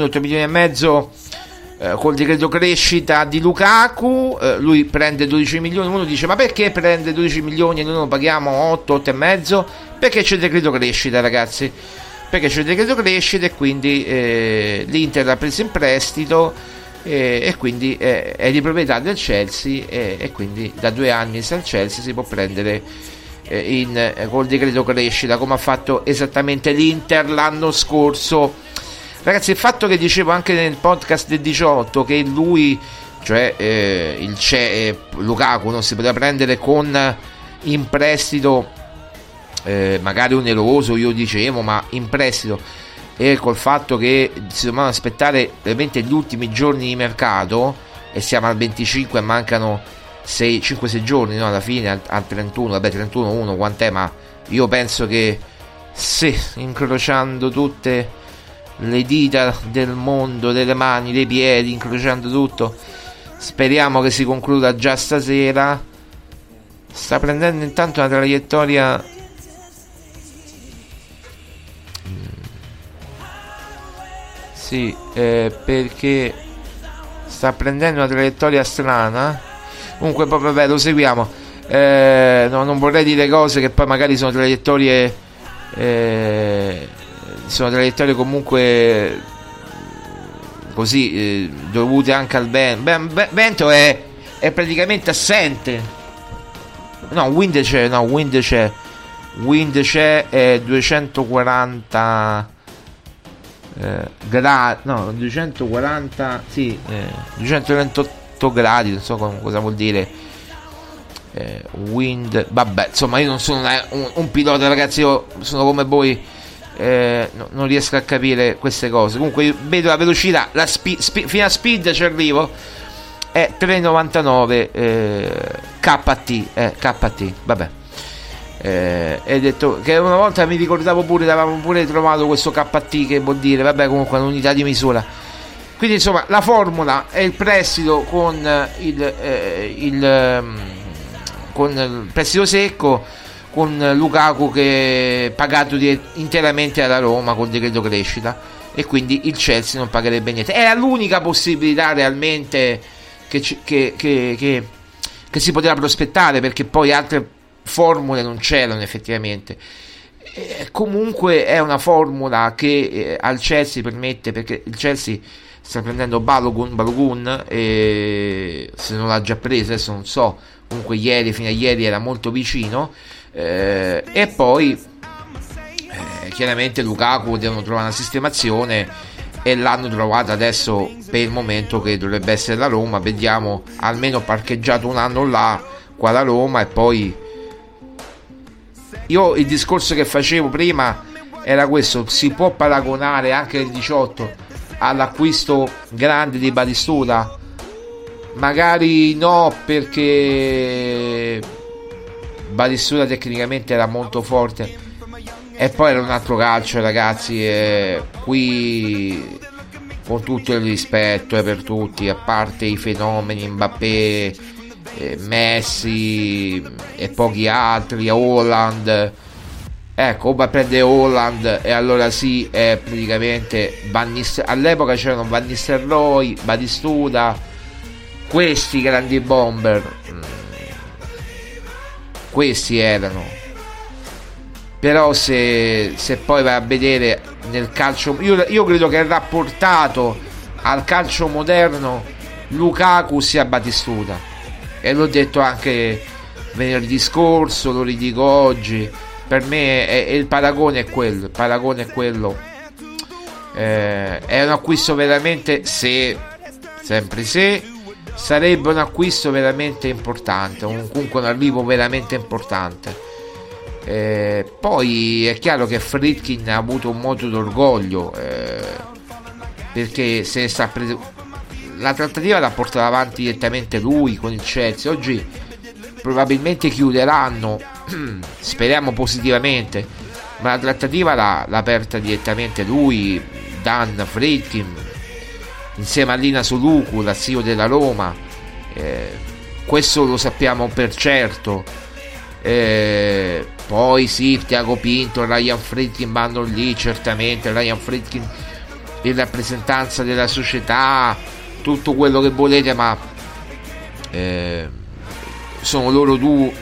col decreto crescita di Lukaku. Lui prende 12 milioni, uno dice: ma perché prende 12 milioni e noi lo paghiamo 8 e mezzo? Perché c'è il decreto crescita, ragazzi, perché c'è il decreto crescita, e quindi l'Inter l'ha preso in prestito, e quindi è di proprietà del Chelsea, e quindi da 2 anni sta al Chelsea, si può prendere col decreto crescita, come ha fatto esattamente l'Inter l'anno scorso. Ragazzi, il fatto che dicevo anche nel podcast del 18 che lui, cioè Lukaku, non si poteva prendere con in prestito, magari oneroso, io dicevo, ma in prestito, e col fatto che si dovevano aspettare veramente gli ultimi giorni di mercato, e siamo al 25 e mancano 5-6 giorni, no, alla fine, al 31, vabbè, 31-1 quant'è, ma io penso che se, incrociando tutte le dita del mondo, delle mani, dei piedi, incrociando tutto, speriamo che si concluda già stasera. Sta prendendo intanto una traiettoria perché sta prendendo una traiettoria strana. Comunque poi vabbè, lo seguiamo. Non vorrei dire cose che poi magari sono traiettorie comunque così, dovute anche al vento. È praticamente assente. Wind c'è 240 gradi, 240, 228 gradi, non so cosa vuol dire wind, vabbè, insomma, io non sono un pilota, ragazzi, io sono come voi, non riesco a capire queste cose. Comunque io vedo la velocità, fino a speed ci arrivo, è 3,99 KT, vabbè. E detto che una volta mi ricordavo pure, avevamo pure trovato questo KT, che vuol dire, vabbè, comunque un'unità di misura. Quindi insomma la formula è il prestito con il prestito secco, con Lukaku che è pagato interamente alla Roma col decreto crescita, e quindi il Chelsea non pagherebbe niente. Era l'unica possibilità realmente che si poteva prospettare, perché poi altre formule non c'erano effettivamente. Comunque è una formula che al Chelsea permette, perché il Chelsea sta prendendo Balogun, e se non l'ha già preso adesso non so, comunque fino a ieri era molto vicino, e poi chiaramente Lukaku devono trovare una sistemazione e l'hanno trovata adesso per il momento, che dovrebbe essere la Roma. Vediamo, almeno parcheggiato un anno là qua la Roma. E poi io il discorso che facevo prima era questo: si può paragonare anche il 18 all'acquisto grande di Batistuta? Magari no, perché Batistuta tecnicamente era molto forte e poi era un altro calcio, ragazzi, qui con tutto il rispetto per tutti, a parte i fenomeni Mbappé, Messi e pochi altri, Haaland, ecco, va a prendere Haaland e allora sì, è praticamente all'epoca c'erano Van Nistelrooy, Batistuta, questi grandi bomber, questi erano. Però se poi vai a vedere nel calcio, io credo che rapportato al calcio moderno Lukaku sia Batistuta, e l'ho detto anche venerdì scorso, lo ridico oggi. Per me il paragone è quello, è un acquisto veramente, sempre se sarebbe un acquisto veramente importante, comunque un arrivo veramente importante. Poi è chiaro che Friedkin ha avuto un moto d'orgoglio, perché se ne sta la trattativa l'ha portata avanti direttamente lui con il Chelsea. Oggi probabilmente chiuderanno, speriamo positivamente, ma la trattativa l'ha aperta direttamente lui, Dan Friedkin, insieme a Lina Soluku, la CEO della Roma, questo lo sappiamo per certo. Poi sì, Thiago Pinto, Ryan Friedkin vanno lì, certamente Ryan Friedkin in rappresentanza della società, tutto quello che volete, ma sono loro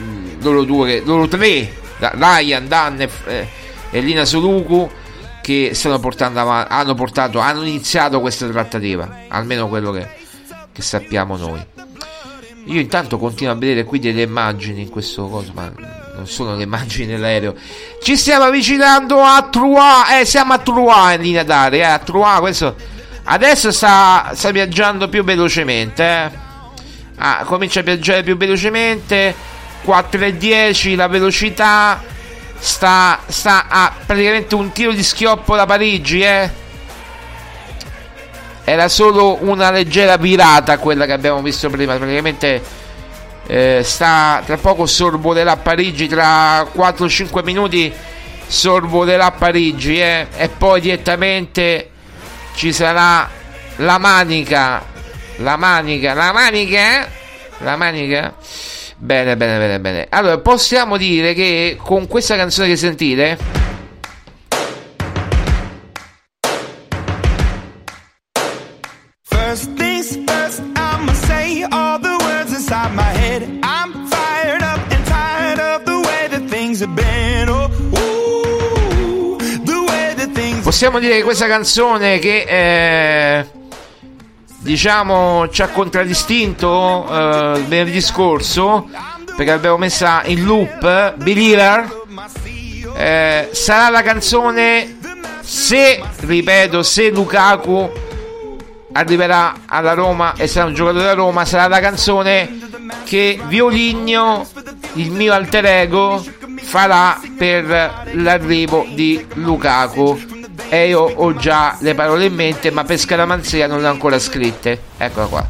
tre, Ryan, Dan e Lina Soluku, che stanno portando avanti, hanno iniziato questa trattativa, almeno quello che sappiamo noi. Io intanto continuo a vedere qui delle immagini in questo coso, ma non sono le immagini dell'aereo. Ci stiamo avvicinando a Troyes, siamo a Troyes in linea d'aria, a Troyes. Questo adesso sta viaggiando più velocemente, comincia a viaggiare più velocemente, 4,10 la velocità, sta a praticamente un tiro di schioppo da Parigi, Era solo una leggera virata quella che abbiamo visto prima. Praticamente tra poco sorvolerà Parigi, tra 4-5 minuti sorvolerà Parigi, e poi direttamente ci sarà la manica. Bene. Allora, possiamo dire che con questa canzone che sentite, possiamo dire che questa canzone che diciamo ci ha contraddistinto venerdì scorso, perché l'abbiamo messa in loop, Believer, sarà la canzone, se Lukaku arriverà alla Roma e sarà un giocatore della Roma, sarà la canzone che Violigno, il mio alter ego, farà per l'arrivo di Lukaku. E io ho già le parole in mente, ma per scaramanzia non le ho ancora scritte. Eccola qua.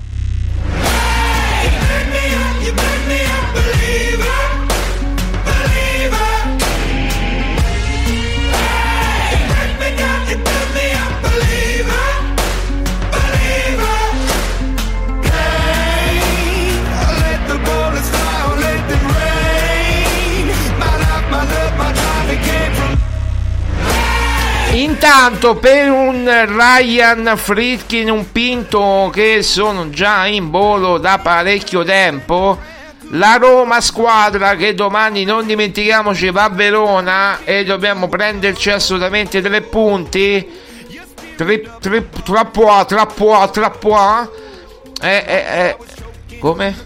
Intanto per un Ryan Friedkin, un Pinto che sono già in volo da parecchio tempo, La Roma squadra che domani, non dimentichiamoci, va a Verona e dobbiamo prenderci assolutamente 3 punti. 3 come?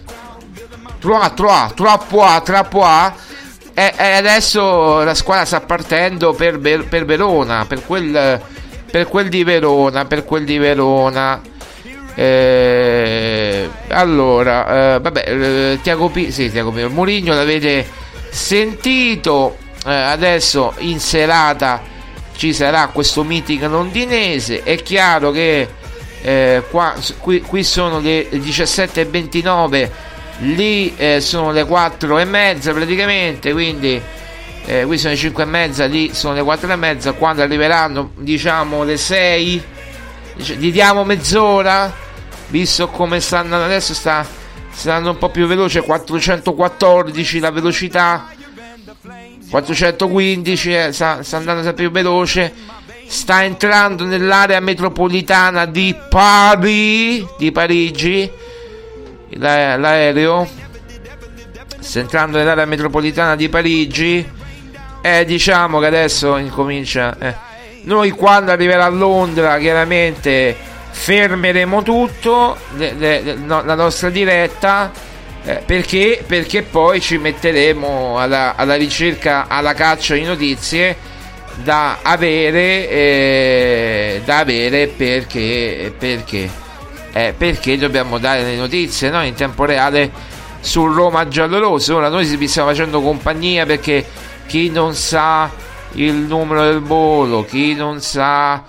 3 e adesso la squadra sta partendo per Verona, per quel di Verona. Allora, Tiago Pinto, Mourinho l'avete sentito, adesso in serata ci sarà questo meeting londinese. È chiaro che qui sono le 17:29, lì sono le 4:30 praticamente, quindi qui sono le 5:30, lì sono le 4:30. Quando arriveranno, diciamo, le 6, gli diamo mezz'ora, visto come stanno adesso, stanno un po' più veloce, 414 la velocità, 415, sta andando sempre più veloce, sta entrando nell'area metropolitana di Parigi, l'aereo sta entrando nell'area metropolitana di Parigi, e diciamo che adesso incomincia. Noi quando arriverà a Londra chiaramente fermeremo tutto, la nostra diretta, perché poi ci metteremo alla ricerca, alla caccia di notizie da avere perché dobbiamo dare le notizie, no? In tempo reale sul Roma giallorosso. Ora noi vi stiamo facendo compagnia, perché chi non sa il numero del volo, chi non sa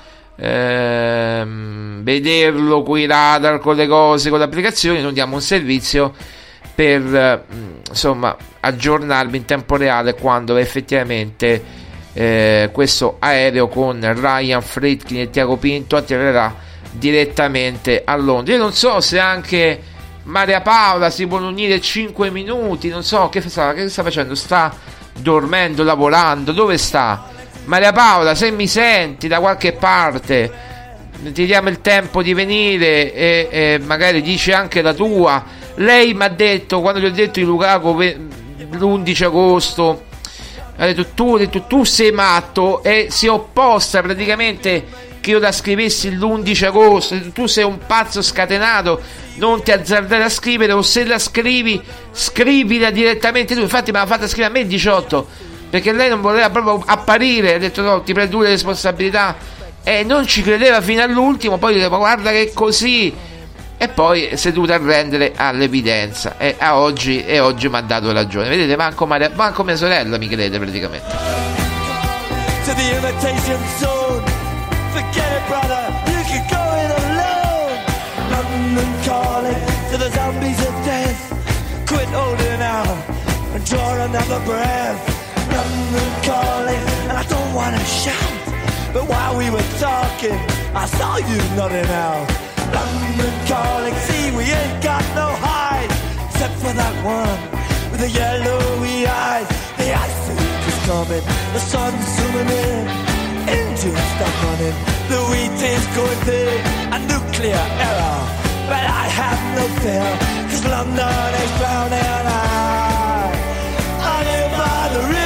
vederlo con i radar, con le cose, con le applicazioni, non diamo un servizio per insomma aggiornarvi in tempo reale quando effettivamente questo aereo con Ryan Friedkin e Tiago Pinto atterrerà direttamente a Londra. Io non so se anche Maria Paola si può unire 5 minuti, non so che sta facendo, sta dormendo, lavorando, dove sta? Maria Paola, se mi senti da qualche parte, ti diamo il tempo di venire e magari dici anche la tua. Lei mi ha detto, quando gli ho detto di Lukaku l'11 agosto, ha detto tu sei matto, e si è opposta praticamente che io la scrivessi l'11 agosto. Tu sei un pazzo scatenato, non ti azzardare a scrivere, o se la scrivi scrivila direttamente tu. Infatti me l'ha fatta scrivere a me il 18, perché lei non voleva proprio apparire, ha detto no, ti prendo le responsabilità, e non ci credeva fino all'ultimo. Poi dicevo guarda che è così, e poi si è dovuta arrendere all'evidenza, e oggi mi ha dato ragione. Vedete, manco mia sorella mi crede praticamente. To the imitation zone. Forget it, brother, you can go it alone. London calling to the zombies of death. Quit holding out and draw another breath. London calling, and I don't wanna shout, but while we were talking, I saw you nodding out. London calling, see we ain't got no hide, except for that one with the yellowy eyes. The ice age is coming, the sun's zooming in, engines stop running, the wheat is going thick, a nuclear error, but I have no fear, cause London is drowning. I live by the river.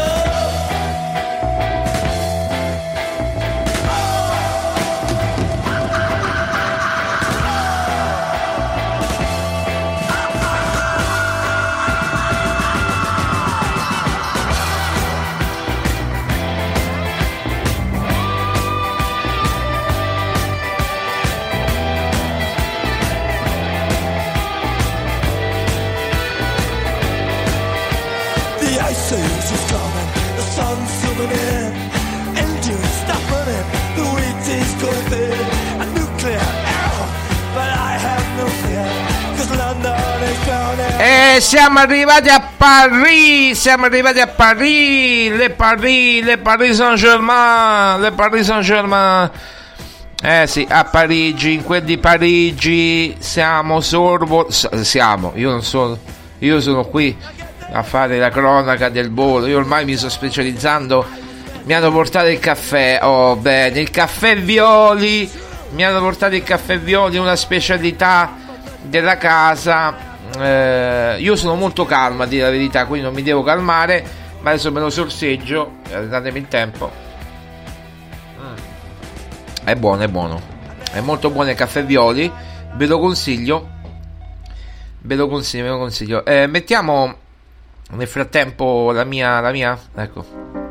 E siamo arrivati a Paris, le Paris Saint-Germain. Sì, a Parigi, in quel di Parigi siamo, io sono qui a fare la cronaca del volo. Io ormai mi sto specializzando, mi hanno portato il caffè, il caffè Violi, una specialità della casa. io sono molto calmo, a dire la verità, quindi non mi devo calmare, ma adesso me lo sorseggio, datemi il tempo. È buono, è molto buono il caffè Violi, ve lo consiglio. Mettiamo nel frattempo la mia, ecco.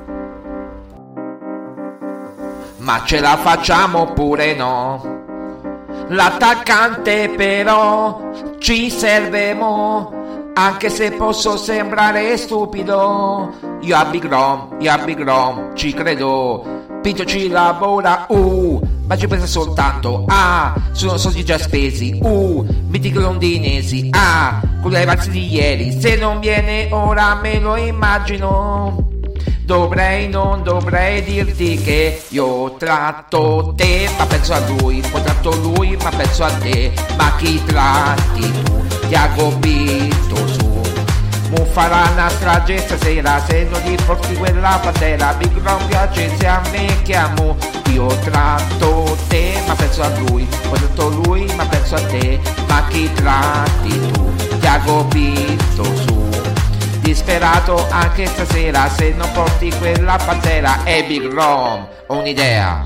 Ma ce la facciamo oppure no? L'attaccante però ci serve mo', anche se posso sembrare stupido. Io a Big Rom ci credo. Pinto ci lavora, ma ci pensa soltanto, sono soldi già spesi, mitico londinesi, con le avanzi di ieri, se non viene ora me lo immagino. Non dovrei dirti che io tratto te, ma penso a lui, poi tratto lui, ma penso a te, ma chi tratti tu? Tiago Pinto su. Mo farà una strage stasera, se non gli porti quella bandera. Big Rom piace se a me chiamo. Io tratto te, ma penso a lui, poi tratto lui, ma penso a te, ma chi tratti tu? Tiago Pinto su. Disperato anche stasera, se non porti quella bandera. E Big Rom, ho un'idea.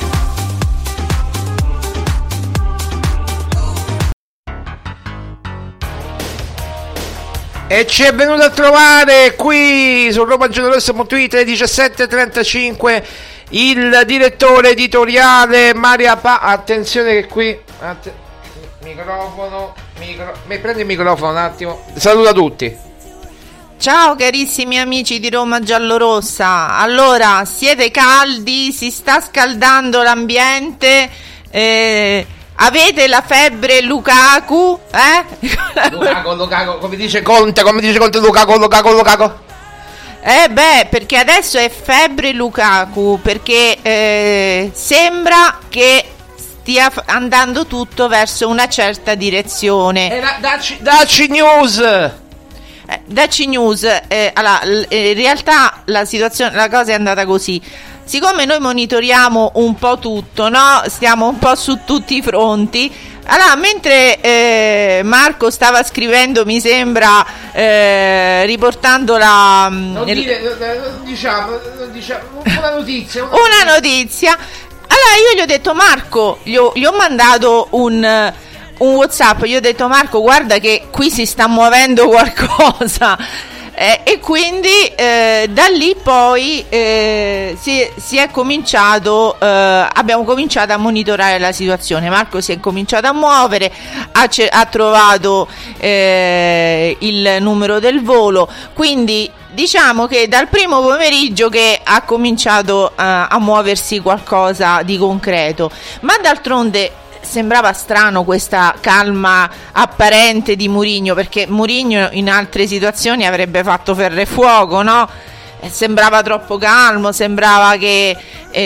E ci è venuto a trovare qui su romagiallorossa.it alle 17:35 il direttore editoriale Maria attenzione che qui microfono, mi prendi il microfono un attimo. Saluta tutti. Ciao carissimi amici di Roma Giallorossa. Allora, siete caldi, si sta scaldando l'ambiente, avete la febbre Lukaku, Lukaku, come dice Conte, Lukaku. Perché adesso è febbre Lukaku, perché sembra che stia andando tutto verso una certa direzione. Dacci news. Dacci news. Allora, in realtà la cosa è andata così. Siccome noi monitoriamo un po' tutto, no? Stiamo un po' su tutti i fronti. Allora, mentre Marco stava scrivendo, mi sembra, riportando la... diciamo una notizia. Una notizia. Allora io gli ho detto, Marco, gli ho mandato un WhatsApp, gli ho detto, Marco, guarda che qui si sta muovendo qualcosa. E quindi da lì poi si è cominciato, abbiamo cominciato a monitorare la situazione. Marco si è cominciato a muovere, ha trovato il numero del volo, quindi diciamo che dal primo pomeriggio che ha cominciato a muoversi qualcosa di concreto, ma d'altronde sembrava strano questa calma apparente di Mourinho, perché Mourinho in altre situazioni avrebbe fatto ferro e fuoco, no? Sembrava troppo calmo, sembrava che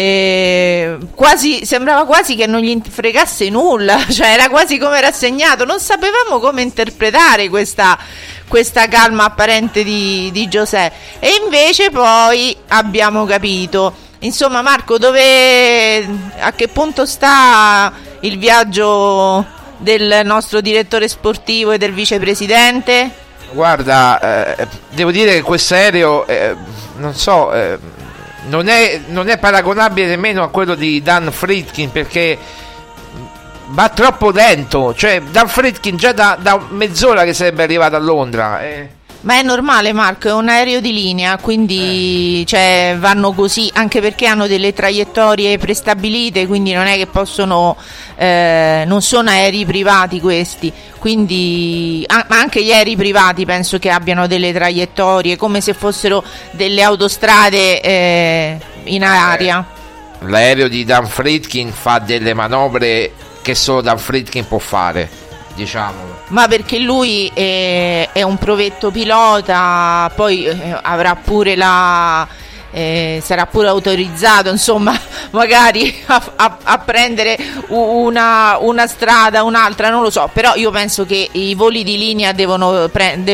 sembrava quasi che non gli fregasse nulla, cioè era quasi come rassegnato. Non sapevamo come interpretare questa calma apparente di José, e invece poi abbiamo capito. Insomma, Marco, a che punto sta il viaggio del nostro direttore sportivo e del vicepresidente? Guarda, devo dire che questo aereo, non so, non è paragonabile nemmeno a quello di Dan Friedkin, perché va troppo lento. Cioè, Dan Friedkin già da mezz'ora che sarebbe arrivato a Londra. Ma è normale, Marco, è un aereo di linea, quindi cioè, vanno così, anche perché hanno delle traiettorie prestabilite, quindi non è che possono, non sono aerei privati questi, quindi ma anche gli aerei privati penso che abbiano delle traiettorie come se fossero delle autostrade in aria. L'aereo di Dan Friedkin fa delle manovre che solo Dan Friedkin può fare, diciamolo. Ma perché lui è un provetto pilota, poi avrà pure sarà pure autorizzato, insomma, magari a prendere una strada, un'altra, non lo so, però io penso che i voli di linea devono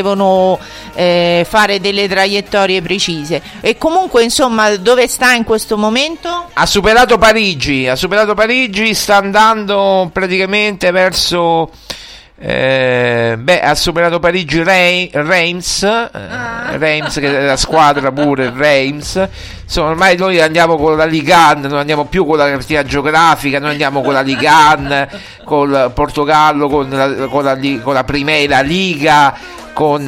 fare delle traiettorie precise. E comunque, insomma, dove sta in questo momento? Ha superato Parigi, sta andando praticamente verso Ha superato Parigi Reims, che è la squadra pure, Reims. Insomma, ormai noi andiamo con la Ligue 1, non andiamo più con la cartina geografica, noi andiamo con la Ligue 1, col Portogallo, con la Primera Liga, con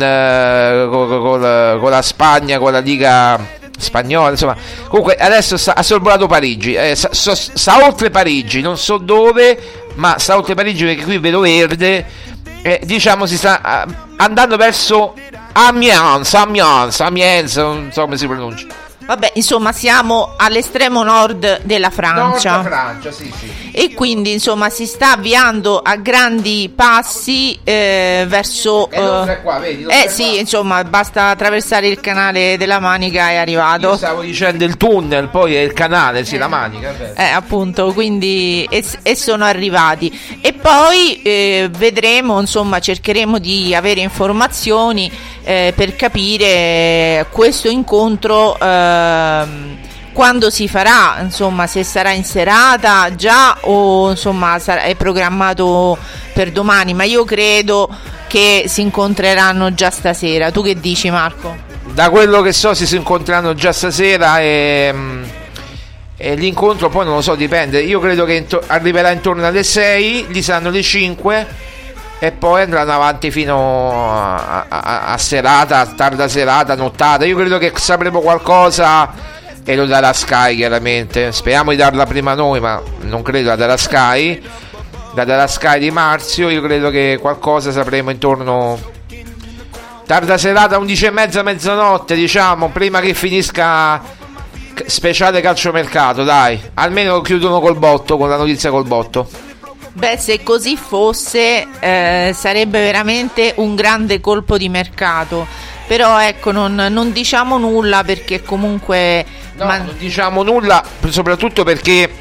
la Spagna, con la Liga spagnola. Insomma, comunque adesso ha sorvolato Parigi, sta oltre Parigi, non so dove, ma sta oltre Parigi, perché qui vedo verde, diciamo si sta andando verso Amiens, non so come si pronuncia. Vabbè, insomma, siamo all'estremo nord della Francia. Sì. E quindi, insomma, si sta avviando a grandi passi verso... qua, vedi, sì, qua. insomma, basta attraversare il canale della Manica, è arrivato. Io stavo dicendo il tunnel, poi è il canale, sì, la Manica. Appunto, quindi... E sono arrivati. E poi vedremo, insomma, cercheremo di avere informazioni per capire questo incontro quando si farà, insomma, se sarà in serata già o insomma è programmato per domani, ma io credo che si incontreranno già stasera. Tu che dici, Marco? Da quello che so si incontreranno già stasera e l'incontro poi non lo so, dipende. Io credo che arriverà intorno alle 6, lì saranno le 5 e poi andranno avanti fino a serata, a tarda serata, nottata. Io credo che sapremo qualcosa e lo darà Sky, chiaramente. Speriamo di darla prima noi, ma non credo la darà Sky. La darà Sky di Marzio. Io credo che qualcosa sapremo intorno tarda serata, 11:30, mezzanotte, diciamo, prima che finisca speciale calciomercato, dai. Almeno chiudono col botto, con la notizia col botto. Beh, se così fosse sarebbe veramente un grande colpo di mercato. Però ecco, non diciamo nulla, perché comunque non diciamo nulla, soprattutto perché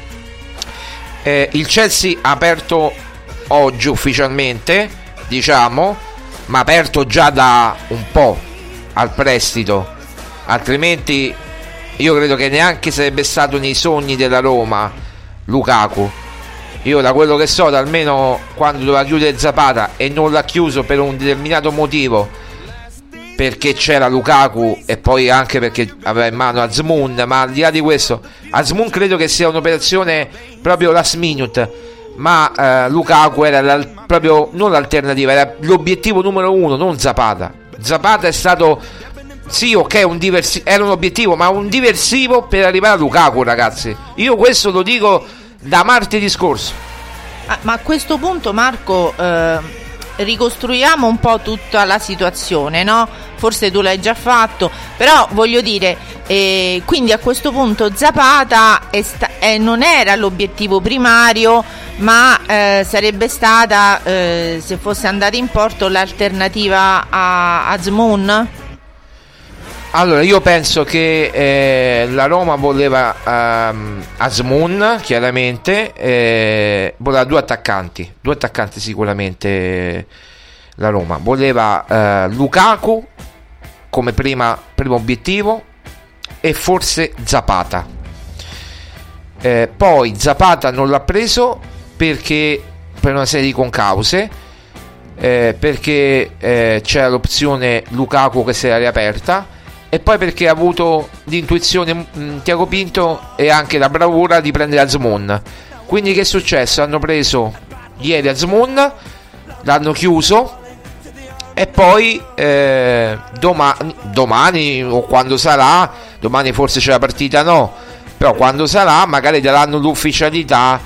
il Chelsea ha aperto oggi ufficialmente, diciamo, ma ha aperto già da un po' al prestito, altrimenti io credo che neanche sarebbe stato nei sogni della Roma Lukaku. Io da quello che so, almeno quando doveva chiudere Zapata e non l'ha chiuso per un determinato motivo, perché c'era Lukaku e poi anche perché aveva in mano Azmoun, ma al di là di questo, Azmoun credo che sia un'operazione proprio last minute, ma Lukaku era proprio non l'alternativa, era l'obiettivo numero uno, non Zapata. Zapata è stato, sì, ok, era un obiettivo, ma un diversivo per arrivare a Lukaku, ragazzi. Io questo lo dico da martedì scorso. Ma a questo punto, Marco, ricostruiamo un po' tutta la situazione, no? Forse tu l'hai già fatto, però voglio dire, quindi a questo punto Zapata non era l'obiettivo primario, ma sarebbe stata, se fosse andata in porto, l'alternativa a Azmoun? Allora, io penso che la Roma voleva Azmoun, chiaramente, voleva due attaccanti sicuramente. La Roma voleva Lukaku come primo obiettivo e forse Zapata. Poi Zapata non l'ha preso perché per una serie di concause, perché c'era l'opzione Lukaku che si era riaperta, e poi perché ha avuto l'intuizione Tiago Pinto e anche la bravura di prendere Azmoun. Quindi che è successo? Hanno preso ieri Azmoun, l'hanno chiuso e poi domani o quando sarà, domani forse c'è la partita, no, però quando sarà magari daranno l'ufficialità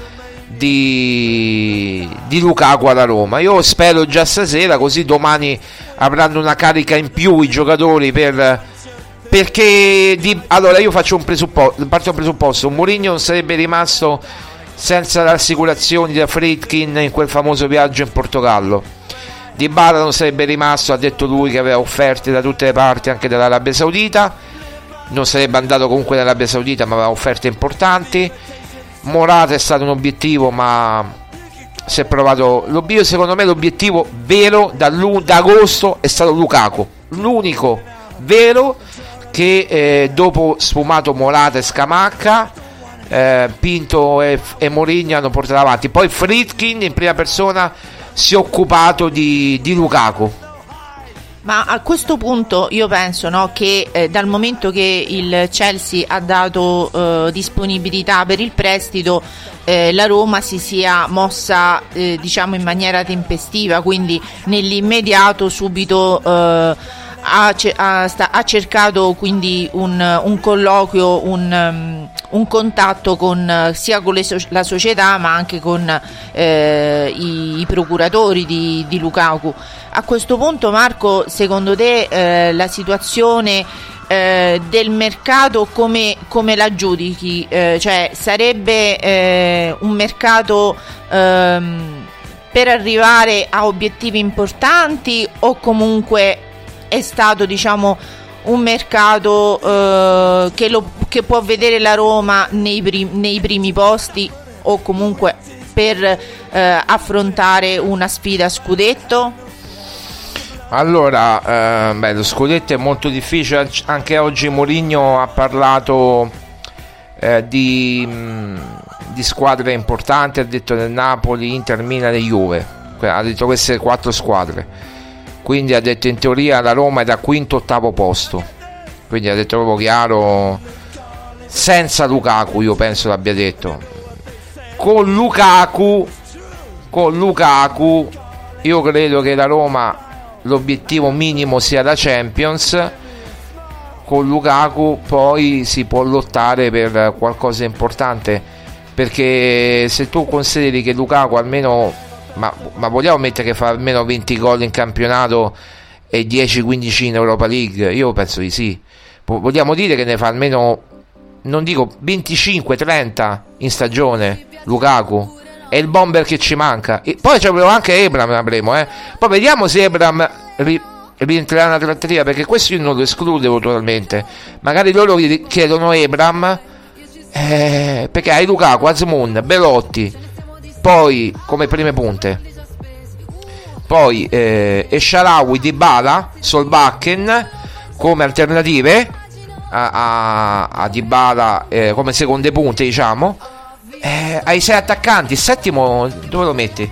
di Lukaku alla Roma. Io spero già stasera, così domani avranno una carica in più i giocatori perché allora io parto un presupposto: Mourinho non sarebbe rimasto senza le assicurazioni da Friedkin in quel famoso viaggio in Portogallo. Dybala non sarebbe rimasto, ha detto lui che aveva offerte da tutte le parti, anche dall'Arabia Saudita. Non sarebbe andato comunque dall'Arabia Saudita, ma aveva offerte importanti. Morata è stato un obiettivo, ma si è provato. Secondo me l'obiettivo vero da agosto è stato Lukaku, l'unico vero, che dopo sfumato Morata e Scamacca, Pinto e Mourinho hanno portato avanti. Poi Friedkin in prima persona si è occupato di Lukaku. Ma a questo punto io penso, no, che dal momento che il Chelsea ha dato disponibilità per il prestito, la Roma si sia mossa diciamo in maniera tempestiva, quindi nell'immediato subito ha cercato quindi un colloquio, un contatto con sia con la società ma anche con i procuratori di Lukaku. A questo punto, Marco, secondo te la situazione del mercato come la giudichi? Cioè sarebbe un mercato per arrivare a obiettivi importanti, o comunque è stato, diciamo, un mercato che può vedere la Roma nei primi posti, o comunque per affrontare una sfida a scudetto? Allora, lo scudetto è molto difficile. Anche oggi Mourinho ha parlato di squadre importanti, ha detto del Napoli, Inter, Milan e Juve, ha detto queste 4 squadre, quindi ha detto in teoria la Roma è da quinto, ottavo posto, quindi ha detto proprio chiaro, senza Lukaku, io penso l'abbia detto. Con Lukaku io credo che la Roma l'obiettivo minimo sia la Champions. Con Lukaku poi si può lottare per qualcosa importante, perché se tu consideri che Lukaku almeno, ma vogliamo mettere che fa almeno 20 gol in campionato e 10-15 in Europa League? Io penso di sì. Vogliamo dire che ne fa almeno, non dico 25-30 in stagione Lukaku? È il bomber che ci manca. E poi c'avremo anche Ebram, poi vediamo se Ebram rientrerà nella trattativa, perché questo io non lo escludo totalmente. Magari loro chiedono Ebram, perché hai Lukaku, Azmoun, Belotti, poi come prime punte, poi Esharawi, Dybala, Solbakken come alternative a Dybala, come seconde punte, diciamo. Hai 6 attaccanti, il settimo dove lo metti?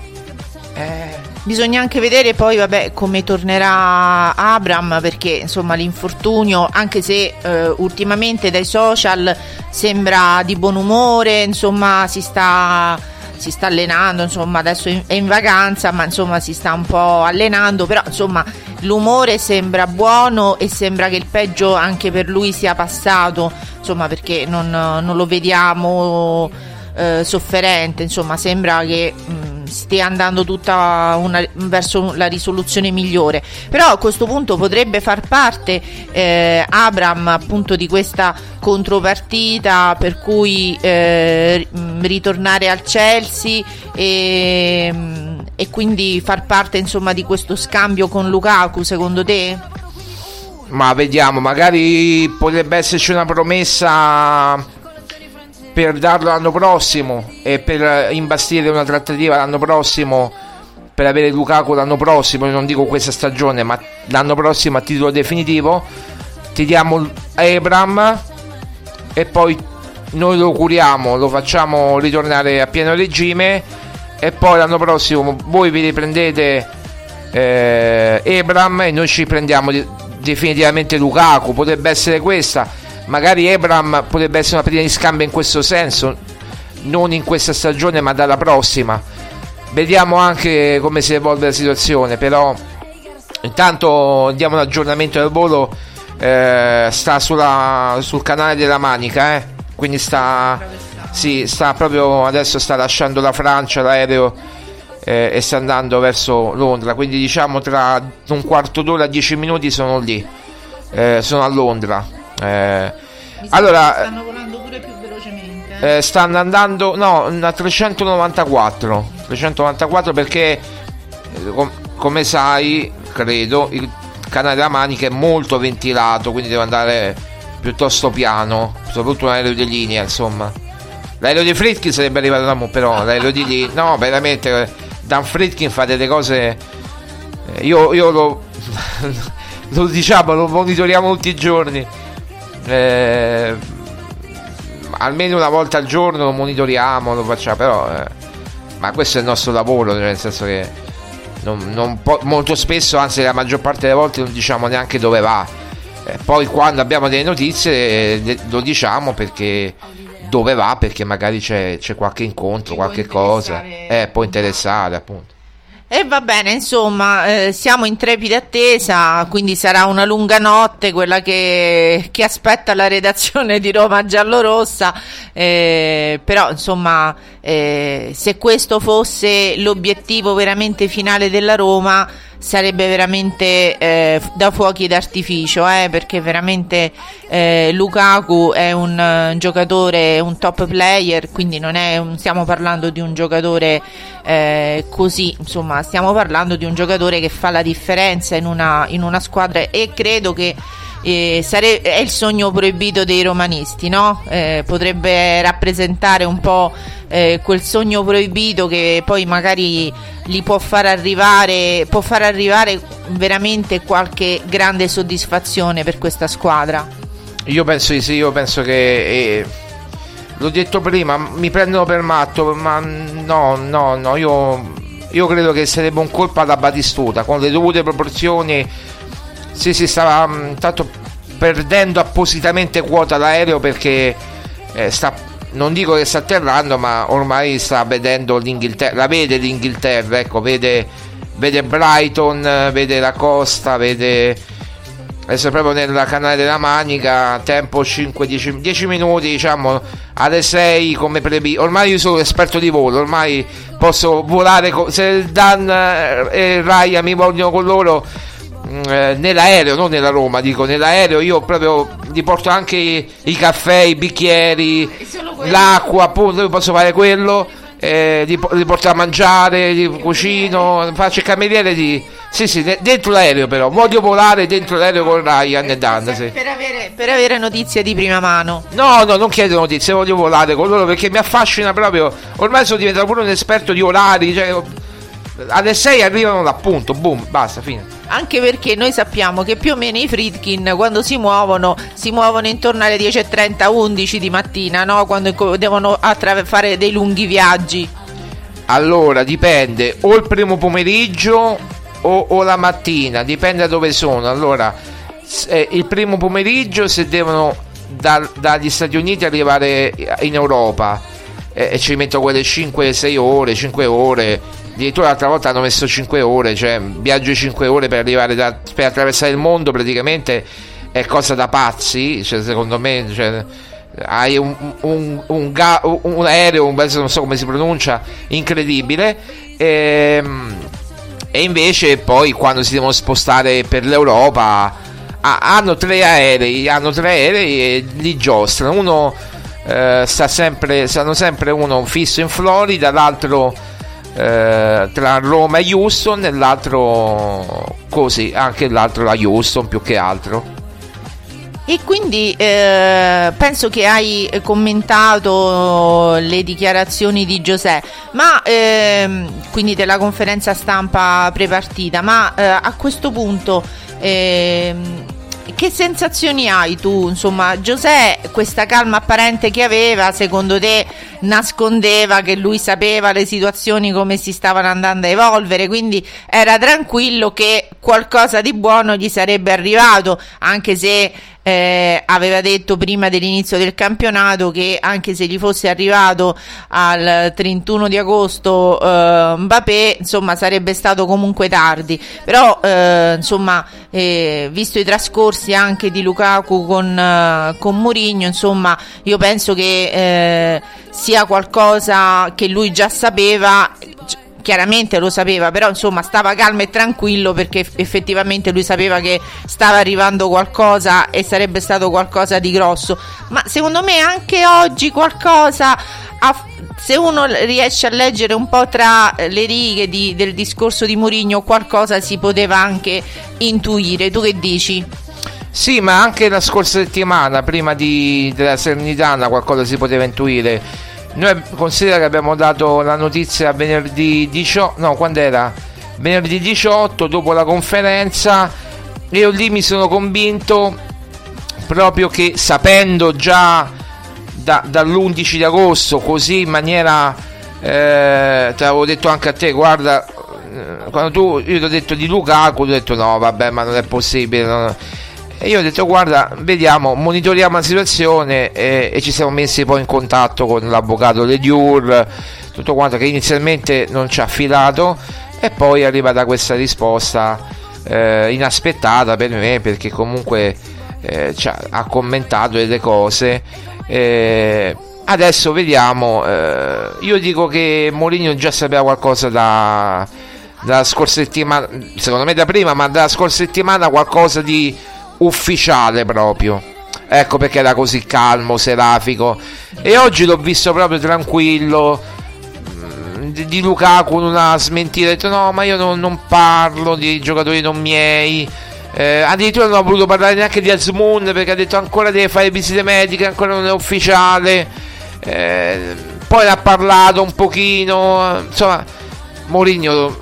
Bisogna anche vedere poi come tornerà Abraham, perché insomma l'infortunio, anche se ultimamente dai social sembra di buon umore, insomma si sta allenando, insomma adesso è in vacanza, ma insomma si sta un po' allenando, però insomma l'umore sembra buono e sembra che il peggio anche per lui sia passato, insomma, perché non lo vediamo sofferente, insomma sembra che stia andando tutta verso la risoluzione migliore. Però a questo punto potrebbe far parte Abraham appunto di questa contropartita, per cui ritornare al Chelsea e quindi far parte insomma di questo scambio con Lukaku, secondo te? Ma vediamo, magari potrebbe esserci una promessa per darlo l'anno prossimo e per imbastire una trattativa l'anno prossimo, per avere Lukaku l'anno prossimo. Io non dico questa stagione, ma l'anno prossimo a titolo definitivo. Ti diamo Ebram e poi noi lo curiamo, lo facciamo ritornare a pieno regime, e poi l'anno prossimo voi vi riprendete Ebram e noi ci prendiamo definitivamente Lukaku. Potrebbe essere questa. Magari Ebram potrebbe essere una partita di scambio in questo senso, non in questa stagione ma dalla prossima. Vediamo anche come si evolve la situazione, però intanto diamo un aggiornamento del volo. Sta sul canale della Manica, quindi sta proprio adesso, sta lasciando la Francia l'aereo e sta andando verso Londra, quindi diciamo tra un quarto d'ora, 10 minuti sono lì, sono a Londra. Allora stanno volando pure più velocemente, stanno andando a 394 perché come sai, credo, il canale della Manica è molto ventilato, quindi deve andare piuttosto piano, soprattutto un aereo di linea, insomma. L'aereo di Friedkin sarebbe arrivato da però l'aereo di lì, no, veramente Dan Friedkin fa delle cose, io lo diciamo, lo monitoriamo tutti i giorni, almeno una volta al giorno lo monitoriamo, lo facciamo, però ma questo è il nostro lavoro, cioè nel senso che molto spesso, anzi la maggior parte delle volte non diciamo neanche dove va. Poi quando abbiamo delle notizie lo diciamo perché dove va, perché magari c'è qualche incontro, qualche cosa può interessare, appunto. E va bene, insomma, siamo in trepida attesa, quindi sarà una lunga notte quella che aspetta la redazione di Roma Giallorossa, però insomma, se questo fosse l'obiettivo veramente finale della Roma, sarebbe veramente da fuochi d'artificio, perché veramente Lukaku è un giocatore, un top player, quindi non stiamo parlando di un giocatore così, insomma stiamo parlando di un giocatore che fa la differenza in una squadra, e credo che è il sogno proibito dei romanisti, no? Potrebbe rappresentare un po' quel sogno proibito che poi magari li può far arrivare veramente qualche grande soddisfazione per questa squadra. Io penso di sì, io penso che l'ho detto prima, mi prendono per matto, ma no, io credo che sarebbe un colpo alla Batistuta, con le dovute proporzioni. Sì, si stava tanto perdendo appositamente quota l'aereo, perché non dico che sta atterrando, ma ormai sta vedendo l'Inghilterra, la vede l'Inghilterra, ecco, vede Brighton, vede la costa, vede adesso proprio nella Canale della Manica, tempo 5-10 minuti, diciamo alle 6 come previsto. Ormai io sono esperto di volo, ormai posso volare se Dan e Raya mi vogliono con loro nell'aereo, non nella Roma, dico nell'aereo, io proprio gli porto anche i caffè, i bicchieri, l'acqua, appunto, io posso fare quello, li porto a mangiare, li cucino, faccio il cameriere sì, dentro l'aereo, però voglio volare dentro l'aereo con Ryan e Dan, sì. Per avere notizie di prima mano. No, non chiedo notizie, voglio volare con loro perché mi affascina proprio, ormai sono diventato pure un esperto di orari, cioè alle 6 arrivano l'appunto, boom, basta, fine. Anche perché noi sappiamo che più o meno i Friedkin quando si muovono intorno alle 10:30, 11 di mattina, no? Quando devono fare dei lunghi viaggi. Allora dipende, o il primo pomeriggio o la mattina, dipende da dove sono. Allora il primo pomeriggio, se devono dagli Stati Uniti arrivare in Europa, e ci metto quelle 5-6 ore, 5 ore, addirittura l'altra volta hanno messo 5 ore, cioè viaggio 5 ore per arrivare per attraversare il mondo, praticamente è cosa da pazzi, cioè, secondo me, cioè, hai un aereo, non so come si pronuncia, incredibile, e invece poi quando si devono spostare per l'Europa hanno tre aerei e li giostrano. Uno stanno sempre uno fisso in Florida, l'altro tra Roma e Houston, e l'altro così, anche l'altro la Houston più che altro. E quindi penso che hai commentato le dichiarazioni di José, ma quindi della conferenza stampa prepartita, ma a questo punto che sensazioni hai tu? Insomma, José, questa calma apparente che aveva, secondo te nascondeva che lui sapeva le situazioni come si stavano andando a evolvere, quindi era tranquillo che qualcosa di buono gli sarebbe arrivato, anche se aveva detto prima dell'inizio del campionato che anche se gli fosse arrivato al 31 di agosto Mbappé, insomma, sarebbe stato comunque tardi. Però insomma, visto i trascorsi anche di Lukaku con Mourinho, insomma, io penso che sia qualcosa che lui già sapeva. Chiaramente lo sapeva, però insomma stava calmo e tranquillo, perché effettivamente lui sapeva che stava arrivando qualcosa e sarebbe stato qualcosa di grosso. Ma secondo me anche oggi qualcosa, se uno riesce a leggere un po' tra le righe del discorso di Mourinho, qualcosa si poteva anche intuire. Tu che dici? Sì, ma anche la scorsa settimana, prima della Salernitana, qualcosa si poteva intuire. Noi considera che abbiamo dato la notizia venerdì 18, no, quando era? Venerdì 18, dopo la conferenza. Io lì mi sono convinto proprio che, sapendo già dall'11 di agosto, così in maniera te l'avevo detto anche a te, guarda, quando io ti ho detto di Lukaku, ti ho detto no vabbè, ma non è possibile, no. E io ho detto guarda, vediamo, monitoriamo la situazione, e ci siamo messi poi in contatto con l'avvocato Lediur, tutto quanto, che inizialmente non ci ha filato, e poi è arrivata questa risposta inaspettata per me, perché comunque ha commentato delle cose. Adesso vediamo, io dico che Mourinho già sapeva qualcosa dalla scorsa settimana, secondo me da prima, ma dalla scorsa settimana qualcosa di ufficiale proprio, ecco perché era così calmo, serafico, e oggi l'ho visto proprio tranquillo. Di Lukaku non ha smentito, ha detto no, ma io non parlo di giocatori non miei, addirittura non ha voluto parlare neanche di Azmoun, perché ha detto ancora deve fare visite mediche, ancora non è ufficiale, poi ha parlato un pochino, insomma Mourinho,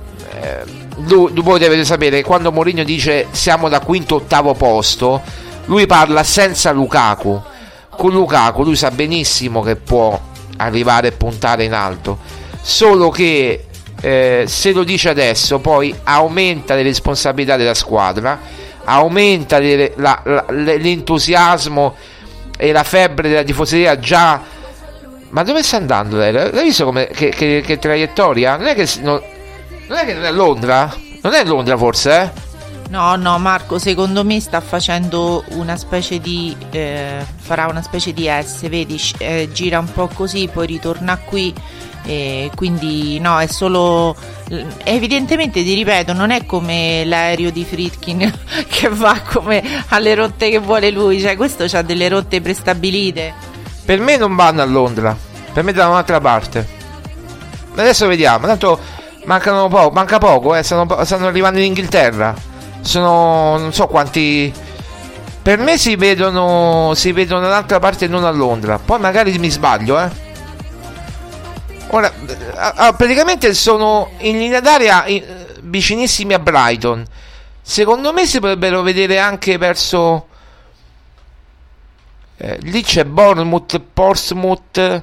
voi dovete sapere che quando Mourinho dice siamo da quinto ottavo posto, lui parla senza Lukaku. Con Lukaku lui sa benissimo che può arrivare e puntare in alto, solo che se lo dice adesso poi aumenta le responsabilità della squadra, aumenta l'entusiasmo e la febbre della tifoseria già. Ma dove sta andando lei? L'hai visto come che traiettoria? Non è che non è a Londra? Non è a Londra forse, No, Marco, secondo me sta facendo una specie di farà una specie di S, vedi, gira un po' così, poi ritorna qui, quindi no, è solo, evidentemente ti ripeto, non è come l'aereo di Friedkin che va come alle rotte che vuole lui, cioè questo c'ha delle rotte prestabilite. Per me non vanno a Londra, per me da un'altra parte. Adesso vediamo, tanto manca poco, stanno arrivando in Inghilterra. Sono non so quanti, per me si vedono dall'altra parte, non a Londra, poi magari mi sbaglio, Ora praticamente sono in linea d'aria vicinissimi a Brighton. Secondo me si potrebbero vedere anche verso lì c'è Bournemouth, Portsmouth,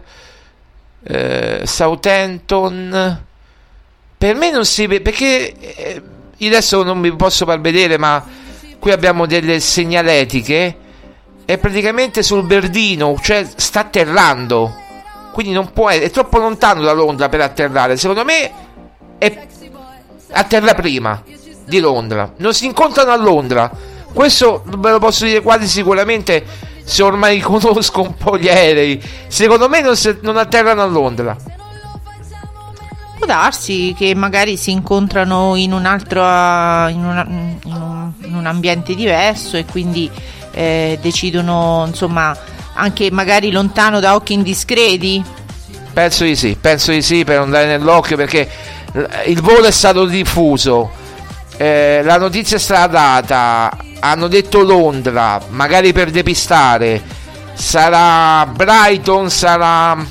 Southampton. Per me non si vede, perché io adesso non mi posso far vedere, ma qui abbiamo delle segnaletiche, è praticamente sul Verdino, cioè sta atterrando, quindi non può, è troppo lontano da Londra per atterrare. Secondo me atterra prima di Londra, non si incontrano a Londra, questo ve lo posso dire quasi sicuramente, se ormai conosco un po' gli aerei. Secondo me non atterrano a Londra. Può darsi che magari si incontrano in un altro in un ambiente diverso, e quindi decidono, insomma, anche magari lontano da occhi indiscreti. Penso di sì, per non dare nell'occhio, perché il volo è stato diffuso, la notizia è stata data, hanno detto Londra, magari per depistare, sarà Brighton, sarà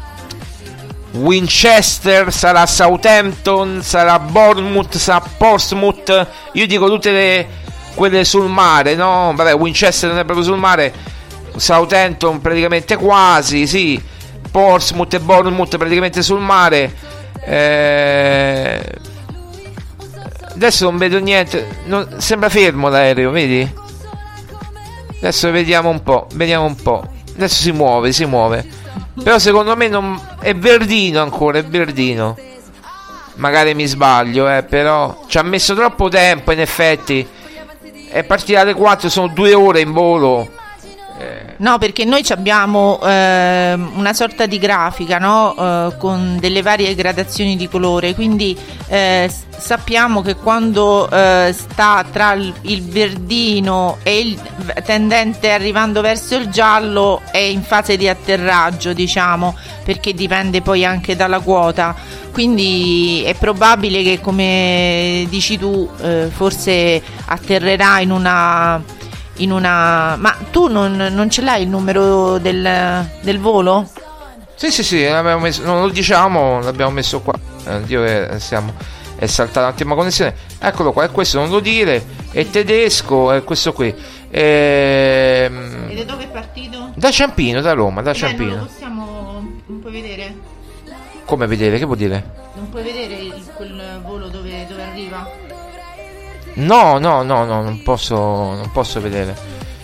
Winchester, sarà Southampton, sarà Bournemouth, sarà Portsmouth. Io dico tutte quelle sul mare, no? Vabbè, Winchester non è proprio sul mare, Southampton praticamente quasi, sì, Portsmouth e Bournemouth praticamente sul mare. Adesso non vedo niente, sembra fermo l'aereo, vedi? Adesso vediamo un po'. Adesso si muove. Però secondo me è Verdino ancora, è Verdino. Magari mi sbaglio, però ci ha messo troppo tempo, in effetti. È partita alle 4, sono 2 ore in volo. No, perché noi abbiamo una sorta di grafica, no? Con delle varie gradazioni di colore, quindi sappiamo che quando sta tra il verdino e il tendente arrivando verso il giallo è in fase di atterraggio, diciamo, perché dipende poi anche dalla quota. Quindi è probabile che, come dici tu, forse atterrerà in una. Ma tu non ce l'hai il numero del volo? Sì, l'abbiamo messo, non lo diciamo, l'abbiamo messo qua. Dio che è saltata un attimo la connessione. Eccolo qua, è questo, non lo dire, è tedesco, è questo qui. E da dove è partito? Da Ciampino, da Roma, da Ciampino. Non puoi vedere? Come vedere? Che vuol dire? Non puoi vedere quel volo No, non posso vedere.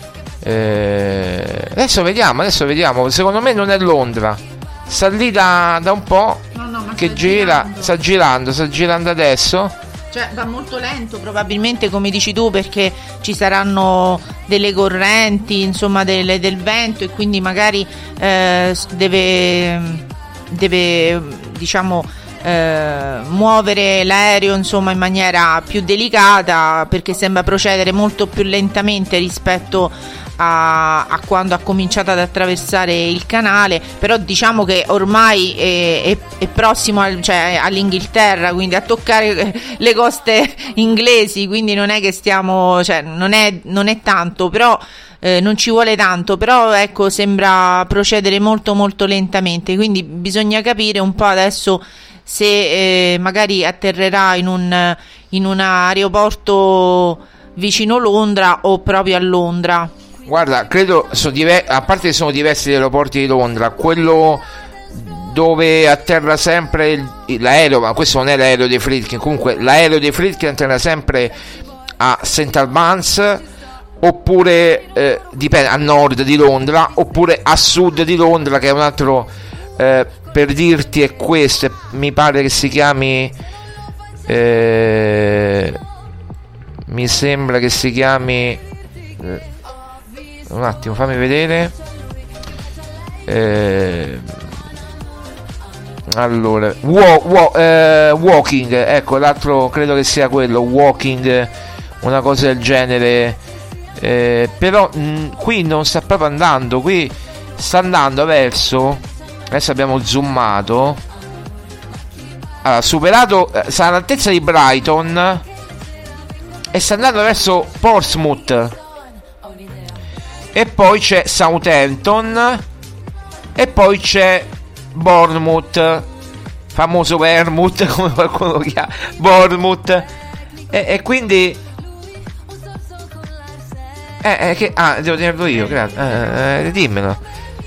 Adesso vediamo. Secondo me non è Londra. Sta lì da un po' che gira, sta girando adesso. Cioè va molto lento probabilmente, come dici tu, perché ci saranno delle correnti, insomma del vento, e quindi magari deve diciamo muovere l'aereo, insomma, in maniera più delicata, perché sembra procedere molto più lentamente rispetto a quando ha cominciato ad attraversare il canale. Però diciamo che ormai è prossimo all'Inghilterra, quindi a toccare le coste inglesi, quindi non è che stiamo, cioè non è tanto, però non ci vuole tanto, però ecco, sembra procedere molto molto lentamente, quindi bisogna capire un po' adesso se magari atterrerà in un aeroporto vicino Londra o proprio a Londra. Guarda, credo a parte che sono diversi gli aeroporti di Londra, quello dove atterra sempre l'aereo, ma questo non è l'aereo dei Friedkin, comunque l'aereo dei Friedkin atterra sempre a St. Albans, oppure dipende, a nord di Londra, oppure a sud di Londra, che è un altro, per dirti è questo, mi pare che si chiami mi sembra che si chiami un attimo, fammi vedere. Allora, Walking, ecco, l'altro credo che sia quello, Walking, una cosa del genere. Però qui non sta proprio andando, qui sta andando verso, adesso abbiamo zoomato, allora, superato, sta all'altezza di Brighton e sta andando verso Portsmouth. E poi c'è Southampton e poi c'è Bournemouth, famoso Vermouth come qualcuno lo chiama, Bournemouth, e quindi devo dirlo io, grazie, dimmelo.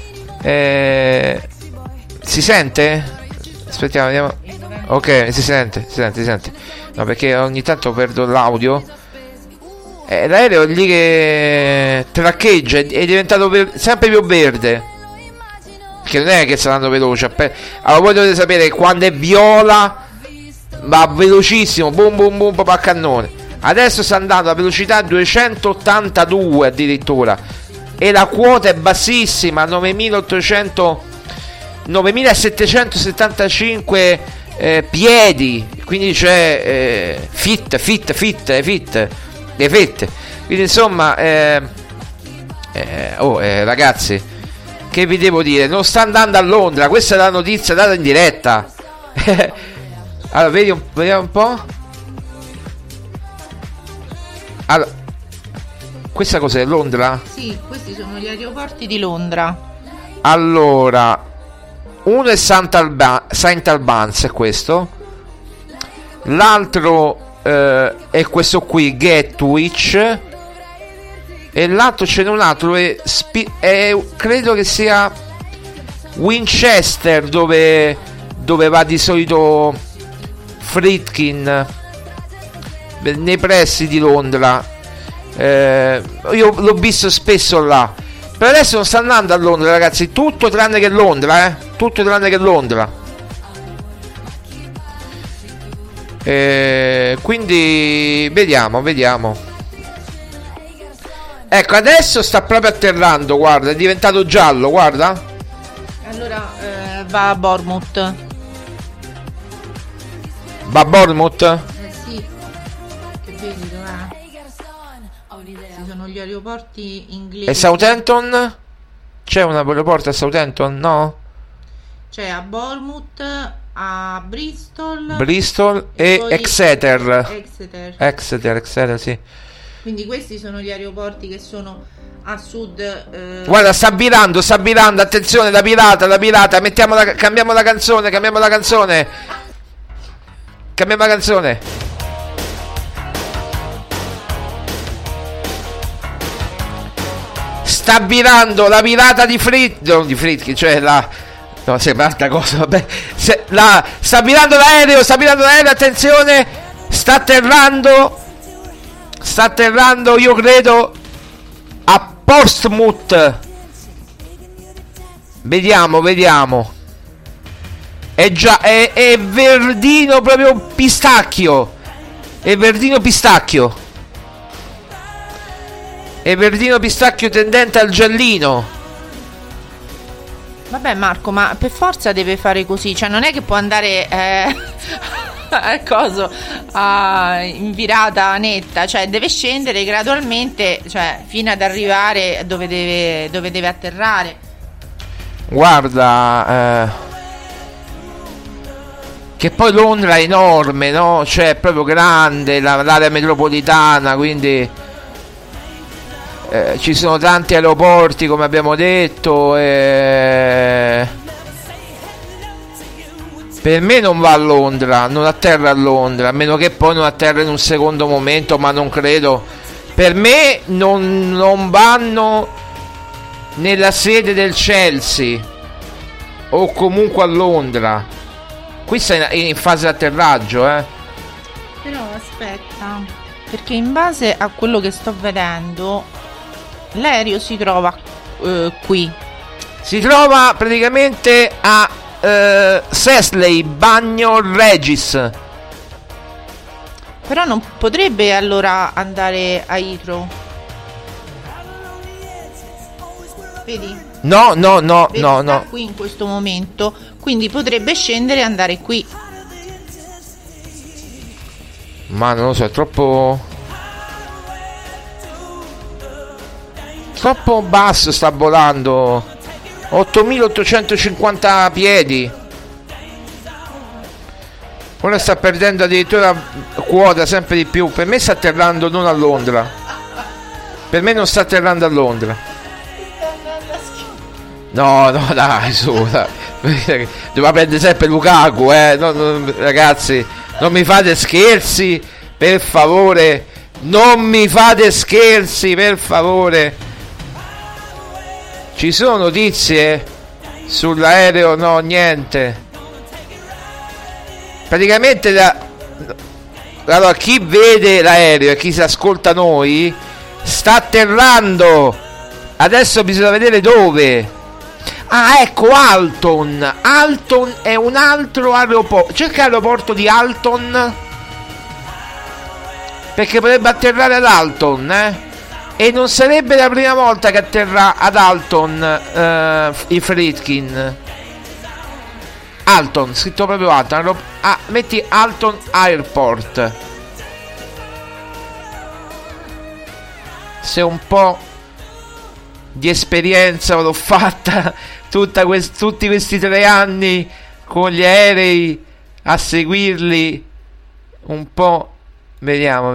Si sente? Aspettiamo, vediamo. Ok, si sente. No, perché ogni tanto perdo l'audio. L'aereo lì che traccheggia è diventato sempre più verde, che non è che sta andando veloce. Allora voi dovete sapere che quando è viola va velocissimo, boom boom boom, a cannone. Adesso sta andando a velocità 282 addirittura, e la quota è bassissima, 9.775 piedi, quindi c'è fit. Quindi insomma ragazzi, che vi devo dire, non sta andando a Londra, questa è la notizia data in diretta. Allora vediamo un po'. Allora, questa cos'è, Londra? Sì, questi sono gli aeroporti di Londra. Allora, uno è St. Albans, è questo. L'altro è questo qui, Gatwick, e l'altro ce n'è un altro, credo che sia Winchester, dove va di solito Friedkin, nei pressi di Londra. Io l'ho visto spesso là, per adesso non sta andando a Londra, ragazzi, tutto tranne che Londra, tutto tranne che Londra. Quindi vediamo. Ecco, adesso sta proprio atterrando, guarda, è diventato giallo, guarda. Allora va a Bournemouth. Va a Bournemouth? Sì, che vedi dov'è? Ci sono gli aeroporti inglesi. E Southampton? C'è un aeroporto a Southampton? No? C'è a Bournemouth, a Bristol e Exeter, sì. Quindi questi sono gli aeroporti che sono a sud. Guarda, sta virando, attenzione, la pirata, cambiamo la canzone. Sta virando la pirata di Friedkin, cioè la... No, sembra un'altra cosa, vabbè. Sta virando l'aereo, attenzione, sta atterrando sta atterrando, io credo, a Portsmouth. Vediamo. È già è verdino, proprio pistacchio. È verdino pistacchio tendente al giallino. Vabbè Marco, ma per forza deve fare così, cioè non è che può andare in virata netta, cioè deve scendere gradualmente, cioè fino ad arrivare dove deve atterrare. Guarda, che poi Londra è enorme, no? Cioè è proprio grande l'area metropolitana, quindi ci sono tanti aeroporti, come abbiamo detto, per me non va a Londra, non atterra a Londra, a meno che poi non atterra in un secondo momento, ma non credo. Per me non vanno nella sede del Chelsea o comunque a Londra. Qui sei in fase di atterraggio, Però aspetta, perché in base a quello che sto vedendo l'aereo si trova qui. Si trova praticamente a Sesley Bagno Regis. Però non potrebbe allora andare a Heathrow? Vedi? No. Sta qui in questo momento, quindi potrebbe scendere e andare qui. Ma non lo so, è troppo basso, sta volando 8.850 piedi. Ora sta perdendo addirittura quota sempre di più. Per me sta atterrando non a Londra. Per me non sta atterrando a Londra. No, dai, su, dai. Doveva prendere sempre Lukaku, ragazzi, non mi fate scherzi, per favore. Non mi fate scherzi, per favore. Ci sono notizie sull'aereo? No, niente. Praticamente allora, chi vede l'aereo e chi si ascolta noi sta atterrando. Adesso bisogna vedere dove. Ah, ecco, Alton è un altro aeroporto. Cerca l'aeroporto di Alton, perché potrebbe atterrare ad Alton, e non sarebbe la prima volta che atterra ad Alton i Friedkin. Alton, scritto proprio Alton. Metti Alton Airport. Se un po' di esperienza l'ho fatta tutti questi 3 anni con gli aerei, a seguirli un po'. Vediamo,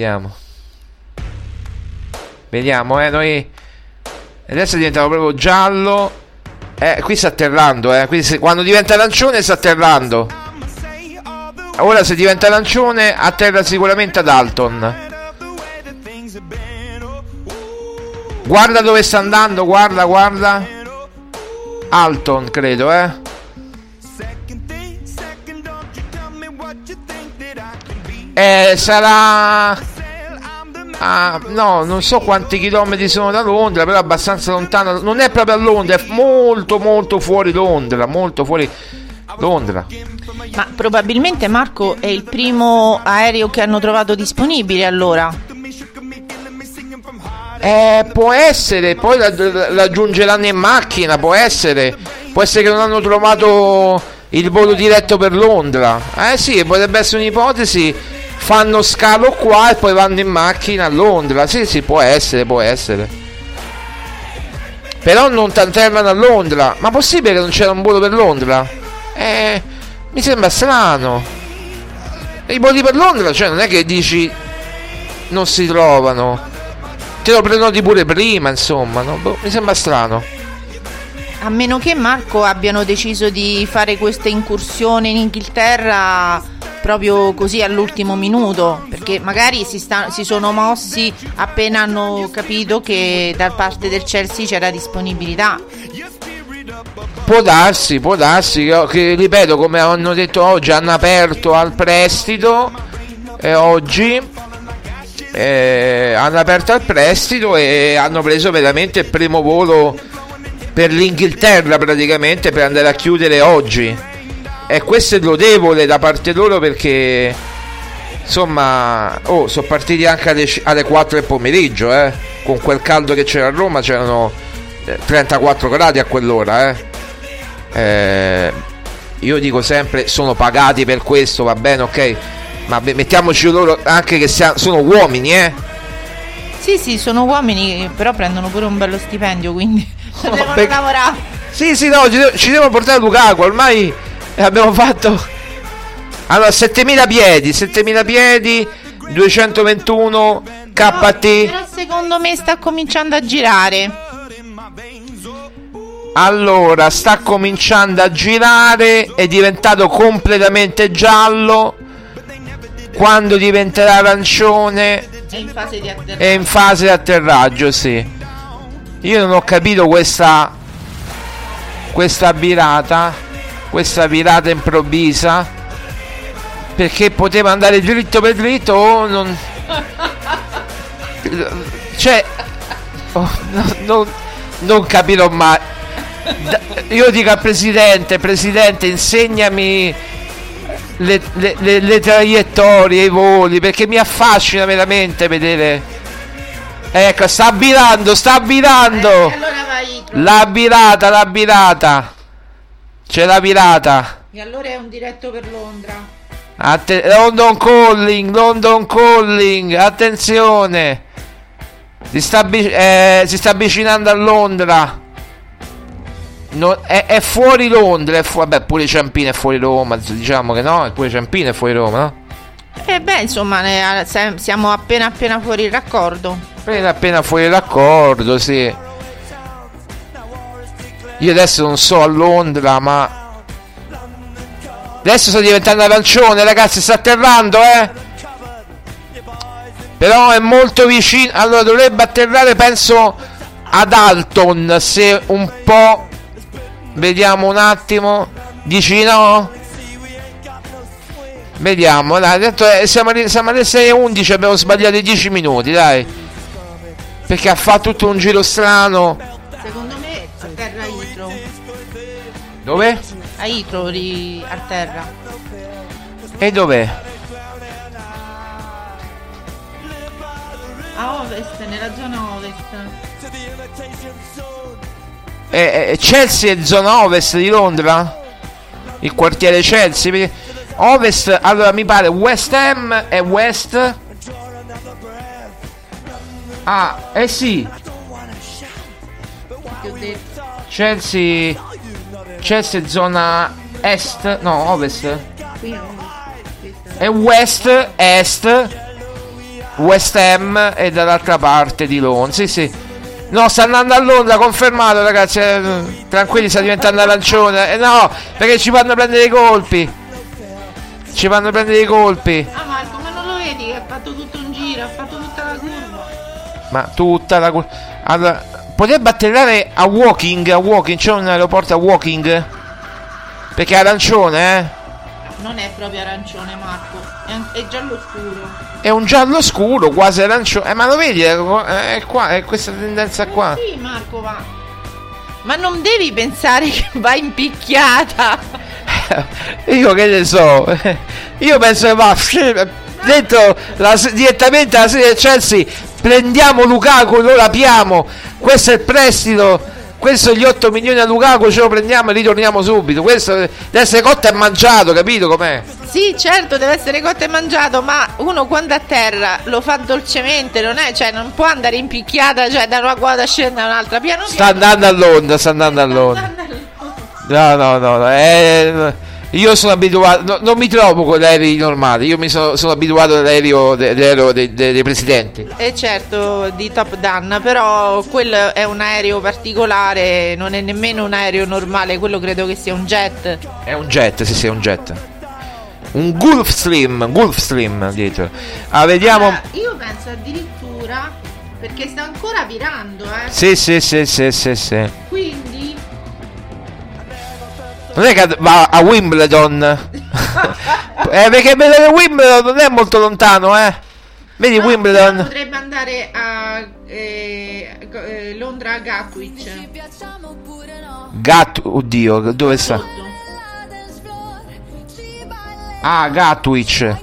noi adesso diventava proprio giallo. Qui sta atterrando, quindi quando diventa arancione sta atterrando. Ora se diventa arancione atterra sicuramente ad Alton. Guarda dove sta andando, guarda. Alton, credo, sarà no, non so quanti chilometri sono da Londra, però abbastanza lontano. Non è proprio a Londra, è molto molto fuori Londra, Ma probabilmente, Marco, è il primo aereo che hanno trovato disponibile, allora. Può essere, poi raggiungeranno in macchina, può essere che non hanno trovato il volo diretto per Londra. Sì, potrebbe essere un'ipotesi. Fanno scalo qua e poi vanno in macchina a Londra. Sì, può essere. Però non atterrano a Londra. Ma possibile che non c'era un volo per Londra? Mi sembra strano. I voli per Londra, cioè non è che dici non si trovano. Te lo prenoti pure prima, insomma, no? Mi sembra strano. A meno che, Marco, abbiano deciso di fare questa incursione in Inghilterra proprio così all'ultimo minuto, perché magari si sono mossi appena hanno capito che da parte del Chelsea c'era disponibilità. Può darsi che ripeto, come hanno detto oggi, hanno aperto al prestito oggi, hanno aperto al prestito e hanno preso veramente il primo volo per l'Inghilterra praticamente, per andare a chiudere oggi, e questo è lodevole da parte loro, perché insomma sono partiti anche alle 4 del pomeriggio, con quel caldo che c'era a Roma, c'erano 34 gradi a quell'ora, io dico sempre, sono pagati per questo, va bene, ok, ma mettiamoci loro anche che sono uomini, Sì, sono uomini, però prendono pure un bello stipendio, quindi devono lavorare. Sì, no, ci devono portare Lukaku, ormai abbiamo fatto. Allora, 7000 piedi, 221 KT. Però secondo me sta cominciando a girare. Allora, sta cominciando a girare, è diventato completamente giallo. Quando diventerà arancione è in fase di atterraggio. È in fase di atterraggio, sì. Io non ho capito questa virata improvvisa, perché poteva andare dritto per dritto o non. Cioè, non capirò mai. Io dico al presidente, insegnami le traiettorie, i voli, perché mi affascina veramente vedere. Ecco, sta virando. Allora vai. La virata. C'è la virata. E allora è un diretto per Londra. London calling, attenzione. Si sta avvicinando a Londra. È fuori Londra, vabbè, pure Ciampino è fuori Roma, diciamo che no, pure Ciampino è fuori Roma, no? Insomma, siamo appena fuori il raccordo. Appena fuori il raccordo, sì. Io adesso non so a Londra, ma adesso sto diventando arancione, ragazzi, sta atterrando, però è molto vicino. Allora dovrebbe atterrare, penso, ad Alton, se un po'. Vediamo un attimo. Dici no? Vediamo, dai, detto, siamo alle 6:11, abbiamo sbagliato i 10 minuti, dai. Perché ha fatto tutto un giro strano. Secondo me a terra Heathrow. Dove? A Heathrow, a terra. E dov'è? A ovest, nella zona ovest. Chelsea è zona ovest di Londra? Il quartiere Chelsea? Ovest, allora mi pare West Ham è west. Sì. Chelsea è zona est, no, ovest. È west, est. West Ham è dall'altra parte di Londra. Sì. No, sta andando a Londra, confermato, ragazzi. Tranquilli, sta diventando arancione. No, perché ci fanno prendere i colpi. Marco, ma non lo vedi che ha fatto tutto un giro, ha fatto tutta la curva. Ma tutta la curva. Allora, potrebbe atterrare a Woking, c'è un aeroporto a Woking? Perché è arancione, Non è proprio arancione, Marco, è giallo scuro. È un giallo scuro, quasi arancione. Ma lo vedi? È qua, è questa tendenza qua. Sì, Marco, va. Ma non devi pensare che va in picchiata. Io che ne so. Io penso che va dentro direttamente alla sede del Chelsea. Prendiamo Lukaku, lo rapiamo. Questo è il prestito. Questo gli 8 milioni a Lukaku, ce lo prendiamo e ritorniamo subito. Questo deve essere cotto e mangiato, capito com'è? Sì, certo, deve essere cotto e mangiato, ma uno quando a terra lo fa dolcemente, non è, cioè non può andare in picchiata, cioè da una quadra scende a un'altra, piano piano. Sta andando a Londra. No. Io sono abituato, non mi trovo con gli aerei normali, io mi sono abituato all'aereo dei presidenti. Certo, di Top Gun, però quello è un aereo particolare, non è nemmeno un aereo normale, quello credo che sia un jet. È un jet, sì, è un jet. Un Gulfstream dietro. Vediamo. Allora, io penso addirittura, perché sta ancora virando, Sì. Quindi non è che va a Wimbledon. Perché vedere Wimbledon non è molto lontano, Vedi Wimbledon? Potrebbe andare a Londra a Gatwick. Oddio, dove sta? Ah, Gatwick.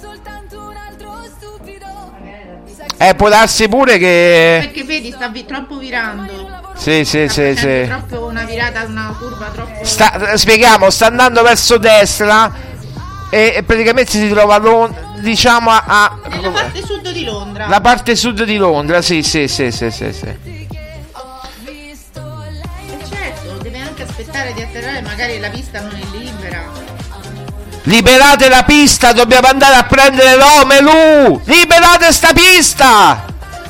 Può darsi pure che... Perché vedi, sta troppo virando. Sì. Troppo una virata, una curva troppo... Spieghiamo, sta andando verso destra e praticamente si trova diciamo nella parte sud di Londra. La parte sud di Londra, sì. Certo, deve anche aspettare di atterrare, magari la pista non è libera. Liberate la pista, dobbiamo andare a prendere Romelu! Liberate sta pista!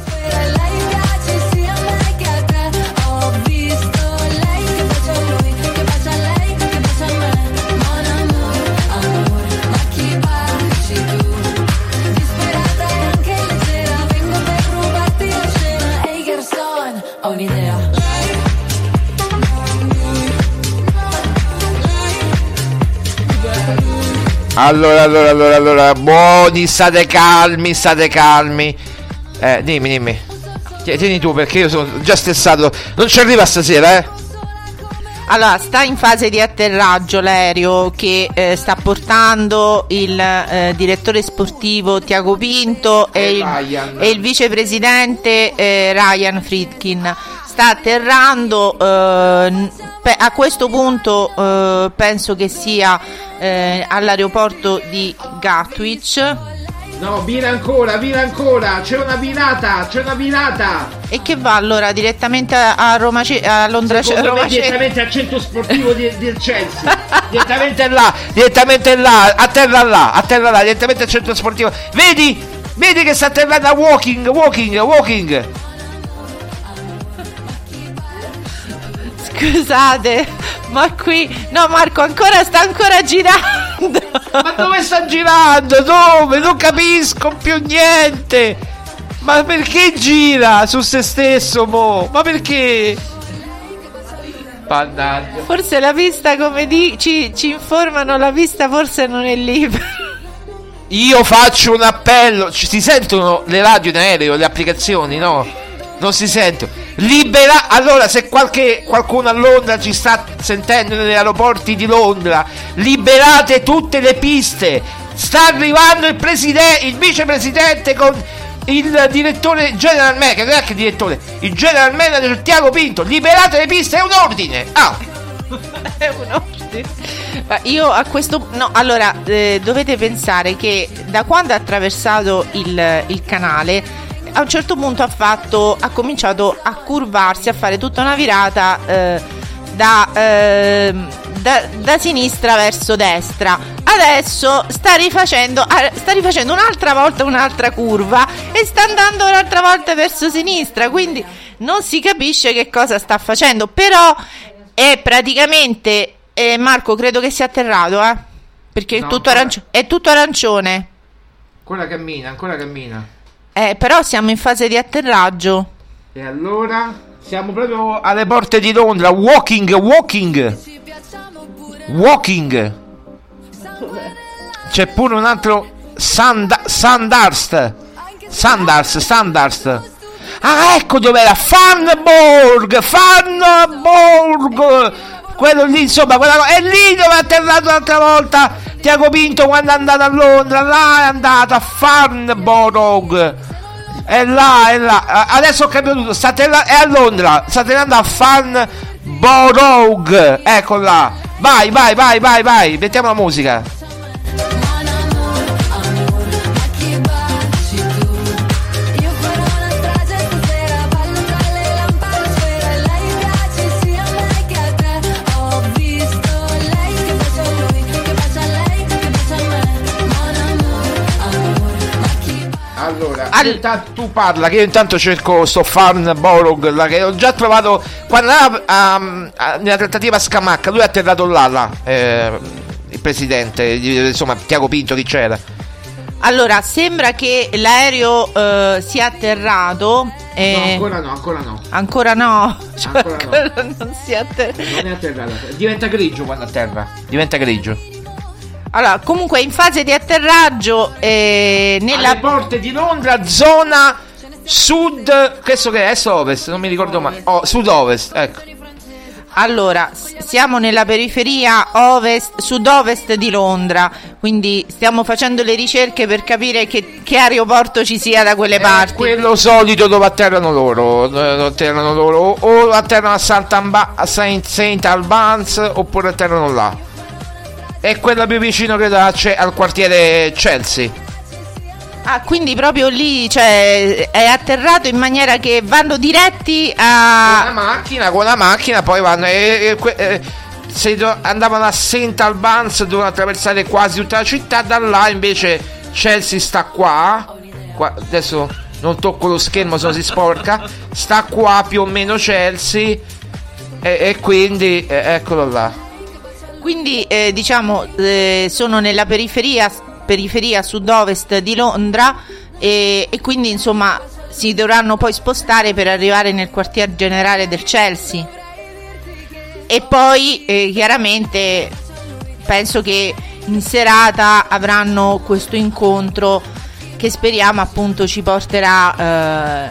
Allora, buoni, state calmi. Dimmi. Tieni tu, perché io sono già stressato. Non ci arriva stasera, Allora, sta in fase di atterraggio l'aereo che sta portando il direttore sportivo Tiago Pinto e il vicepresidente Ryan Friedkin. Sta atterrando, a questo punto penso che sia all'aeroporto di Gatwick. No, vira ancora, c'è una virata. E che va allora direttamente a Roma, a Londra, Roma, direttamente al centro sportivo del Chelsea. direttamente là, atterra là, direttamente al centro sportivo. Vedi che sta atterrando a walking. Scusate, ma qui no, Marco sta ancora girando. Ma dove sta girando? Dove? Non capisco più niente. Ma perché gira su se stesso, mo? Ma perché? Mannaggia. Forse la pista, come ci informano, la pista forse non è libera. Io faccio un appello. Si sentono le radio in aereo, le applicazioni, no? Non si sentono. Allora, se qualcuno a Londra ci sta sentendo negli aeroporti di Londra, liberate tutte le piste. Sta arrivando il vicepresidente con il direttore general manager, non è che il direttore, il general manager Tiago Pinto. Liberate le piste, è un ordine. È un ordine. Ma io a questo allora dovete pensare che da quando ha attraversato il canale, a un certo punto ha cominciato a curvarsi, a fare tutta una virata da sinistra verso destra. Adesso sta rifacendo un'altra volta un'altra curva e sta andando un'altra volta verso sinistra, quindi non si capisce che cosa sta facendo, però è praticamente Marco, credo che sia atterrato, perché è tutto arancione. Ancora cammina. Però siamo in fase di atterraggio. E allora siamo proprio alle porte di Londra. Walking. C'è pure un altro Sandhurst. Ah, ecco dov'era. Farnborough. Quello lì, insomma, è lì dove è atterrato l'altra volta Tiago Pinto quando è andato a Londra. Là è andato a Farnborough. È là. Adesso ho capito tutto. È a Londra. Sta atterrando a Farnborough. Ecco là. Vai. Mettiamo la musica. Allora, tu parla che io intanto cerco sto Farnborough che ho già trovato quando andava nella trattativa a Scamacca. Lui è atterrato là, il presidente, insomma Tiago Pinto, chi c'era. Allora, sembra che l'aereo sia atterrato. No, ancora no. Ancora no. Non si atterra. Non è atterrato. Diventa grigio quando atterra. Allora, comunque in fase di atterraggio nella alle porte di Londra, zona sud, questo che è est-ovest, non mi ricordo mai. Sud-ovest, ecco. Allora, siamo nella periferia sud-ovest di Londra, quindi stiamo facendo le ricerche per capire che aeroporto ci sia da quelle parti. Quello solito dove atterrano loro, o atterrano a St. Albans oppure atterrano là. È quella più vicino credo al quartiere Chelsea. Ah, quindi proprio lì, cioè, è atterrato in maniera che vanno diretti a... Con la macchina poi vanno se andavano a St. Albans dovevano attraversare quasi tutta la città, da là invece Chelsea sta qua, adesso non tocco lo schermo se no si sporca, sta qua più o meno Chelsea e quindi eccolo là. Quindi diciamo sono nella periferia sud-ovest di Londra e quindi insomma si dovranno poi spostare per arrivare nel quartier generale del Chelsea e poi chiaramente penso che in serata avranno questo incontro che speriamo appunto ci porterà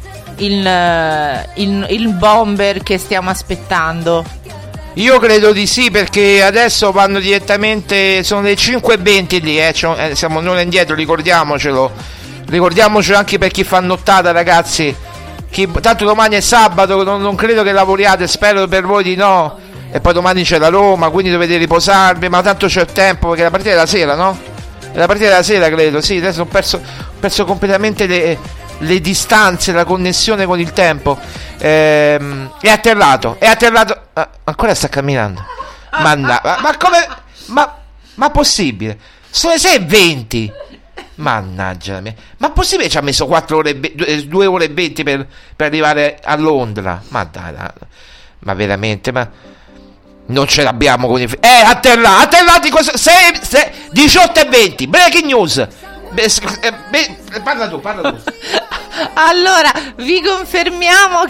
il bomber che stiamo aspettando. Io credo di sì, perché adesso vanno direttamente, sono le 5:20 lì, siamo non indietro, ricordiamocelo anche per chi fa nottata, ragazzi, tanto domani è sabato, non credo che lavoriate, spero per voi di no, e poi domani c'è la Roma, quindi dovete riposarvi, ma tanto c'è tempo, perché la partita è la sera, no? È la partita della sera, credo, sì, adesso ho perso completamente le distanze, la connessione con il tempo. È atterrato, ancora sta camminando. Ma come? Ma possibile? Sono le 6:20. Mannaggia la mia. Ma possibile ci ha messo 2 ore e 20 per arrivare a Londra? Ma dai, ma veramente, ma non ce l'abbiamo con i atterrati 18:20. Breaking news. Parla tu. Allora, vi confermiamo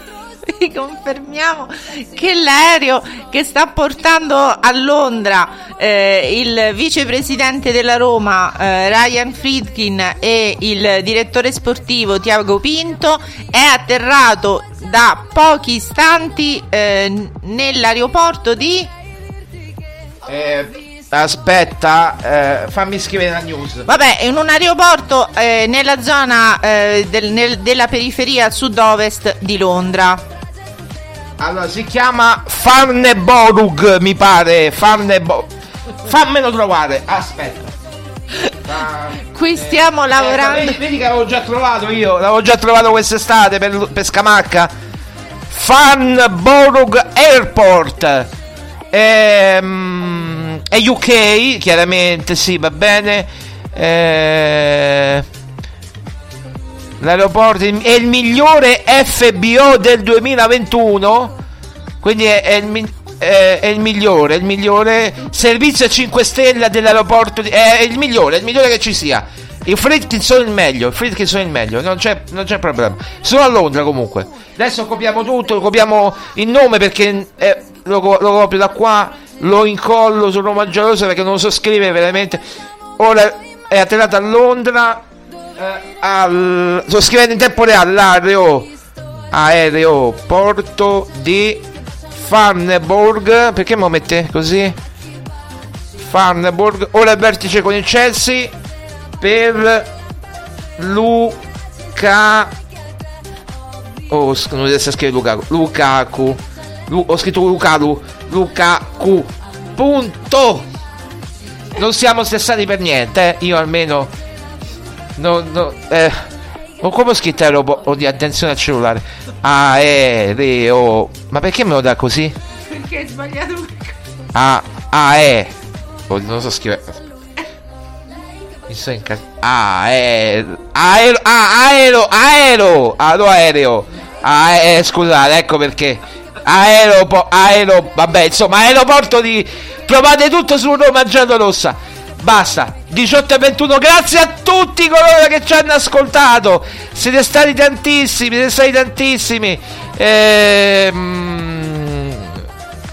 che l'aereo che sta portando a Londra il vicepresidente della Roma Ryan Friedkin e il direttore sportivo Tiago Pinto è atterrato da pochi istanti nell'aeroporto di aspetta, fammi scrivere la news. Vabbè, in un aeroporto nella zona della periferia sud-ovest di Londra. Allora, si chiama Farnborough, mi pare. Fammelo trovare, aspetta. Qui stiamo lavorando. Vedi che l'avevo già trovato quest'estate per Scamacca. Farnborough Airport. È UK, chiaramente, sì, va bene. L'aeroporto è il migliore FBO del 2021, quindi è il migliore servizio 5 stelle dell'aeroporto è il migliore che ci sia. I Friedkin sono il meglio, non c'è problema. Sono a Londra comunque. Adesso copiamo tutto, copiamo il nome perché lo copio da qua, lo incollo su Roma Giallosa perché non lo so scrivere veramente. Ora è atterrato a Londra, sto scrivendo in tempo reale aeroporto di Farnborough, perché me lo mette così? Farnborough, ora il vertice con il Chelsea per non riesco a scrivere Lukaku. Ho scritto Lukaku. Punto. Non siamo stressati per niente, io almeno o come ho scritto aeroporto di attenzione al cellulare aereo, ma perché me lo dà così? Perché hai sbagliato non so scrivere, mi sto scusate, ecco perché vabbè, insomma, aeroporto di trovate tutto su Roma Giallorossa. Basta, 18:21. Grazie a tutti coloro che ci hanno ascoltato, siete stati tantissimi.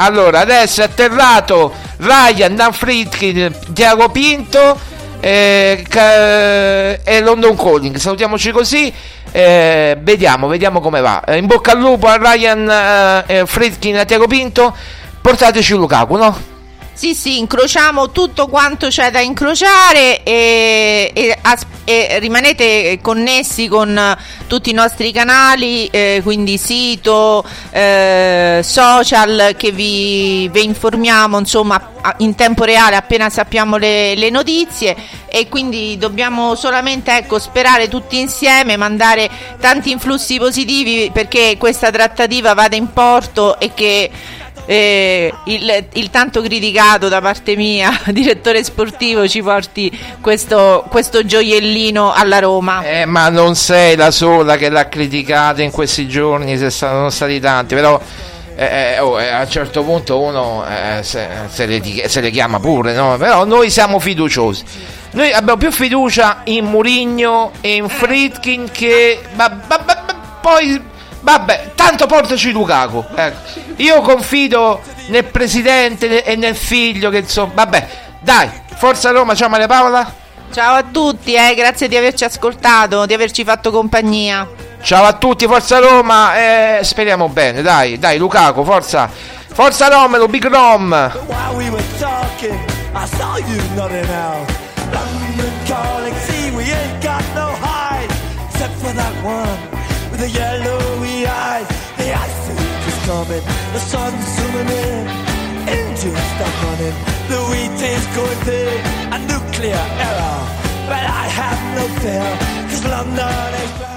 Allora, adesso è atterrato Ryan, Dan Friedkin, Tiago Pinto e London Calling. Salutiamoci così. Vediamo come va. In bocca al lupo a Ryan, Friedkin e Tiago Pinto. Portateci Lukaku, no? Sì, incrociamo tutto quanto c'è da incrociare e rimanete connessi con tutti i nostri canali, quindi sito, social, che vi informiamo insomma in tempo reale appena sappiamo le notizie, e quindi dobbiamo solamente sperare tutti insieme, mandare tanti influssi positivi perché questa trattativa vada in porto e che il tanto criticato da parte mia direttore sportivo ci porti questo gioiellino alla Roma. Ma non sei la sola che l'ha criticata in questi giorni, sono stati tanti, però a un certo punto uno se le chiama pure, no? Però noi siamo fiduciosi, noi abbiamo più fiducia in Mourinho e in Friedkin che poi vabbè, tanto portaci Lukaku, ecco. Io confido nel presidente e nel figlio, che insomma, vabbè, dai, forza Roma. Ciao Maria Paola. Ciao a tutti, grazie di averci ascoltato, di averci fatto compagnia. Ciao a tutti, forza Roma, speriamo bene, dai Lukaku, forza Romelu, Big Rom. While we were talking, I saw you nodding out. London calling, see we ain't got no hide, except for that one with the yellowy eyes. The ice is coming, the sun's zooming in, engines stop running, the wheat is going thick, a nuclear error. But I have no fear, 'cause London is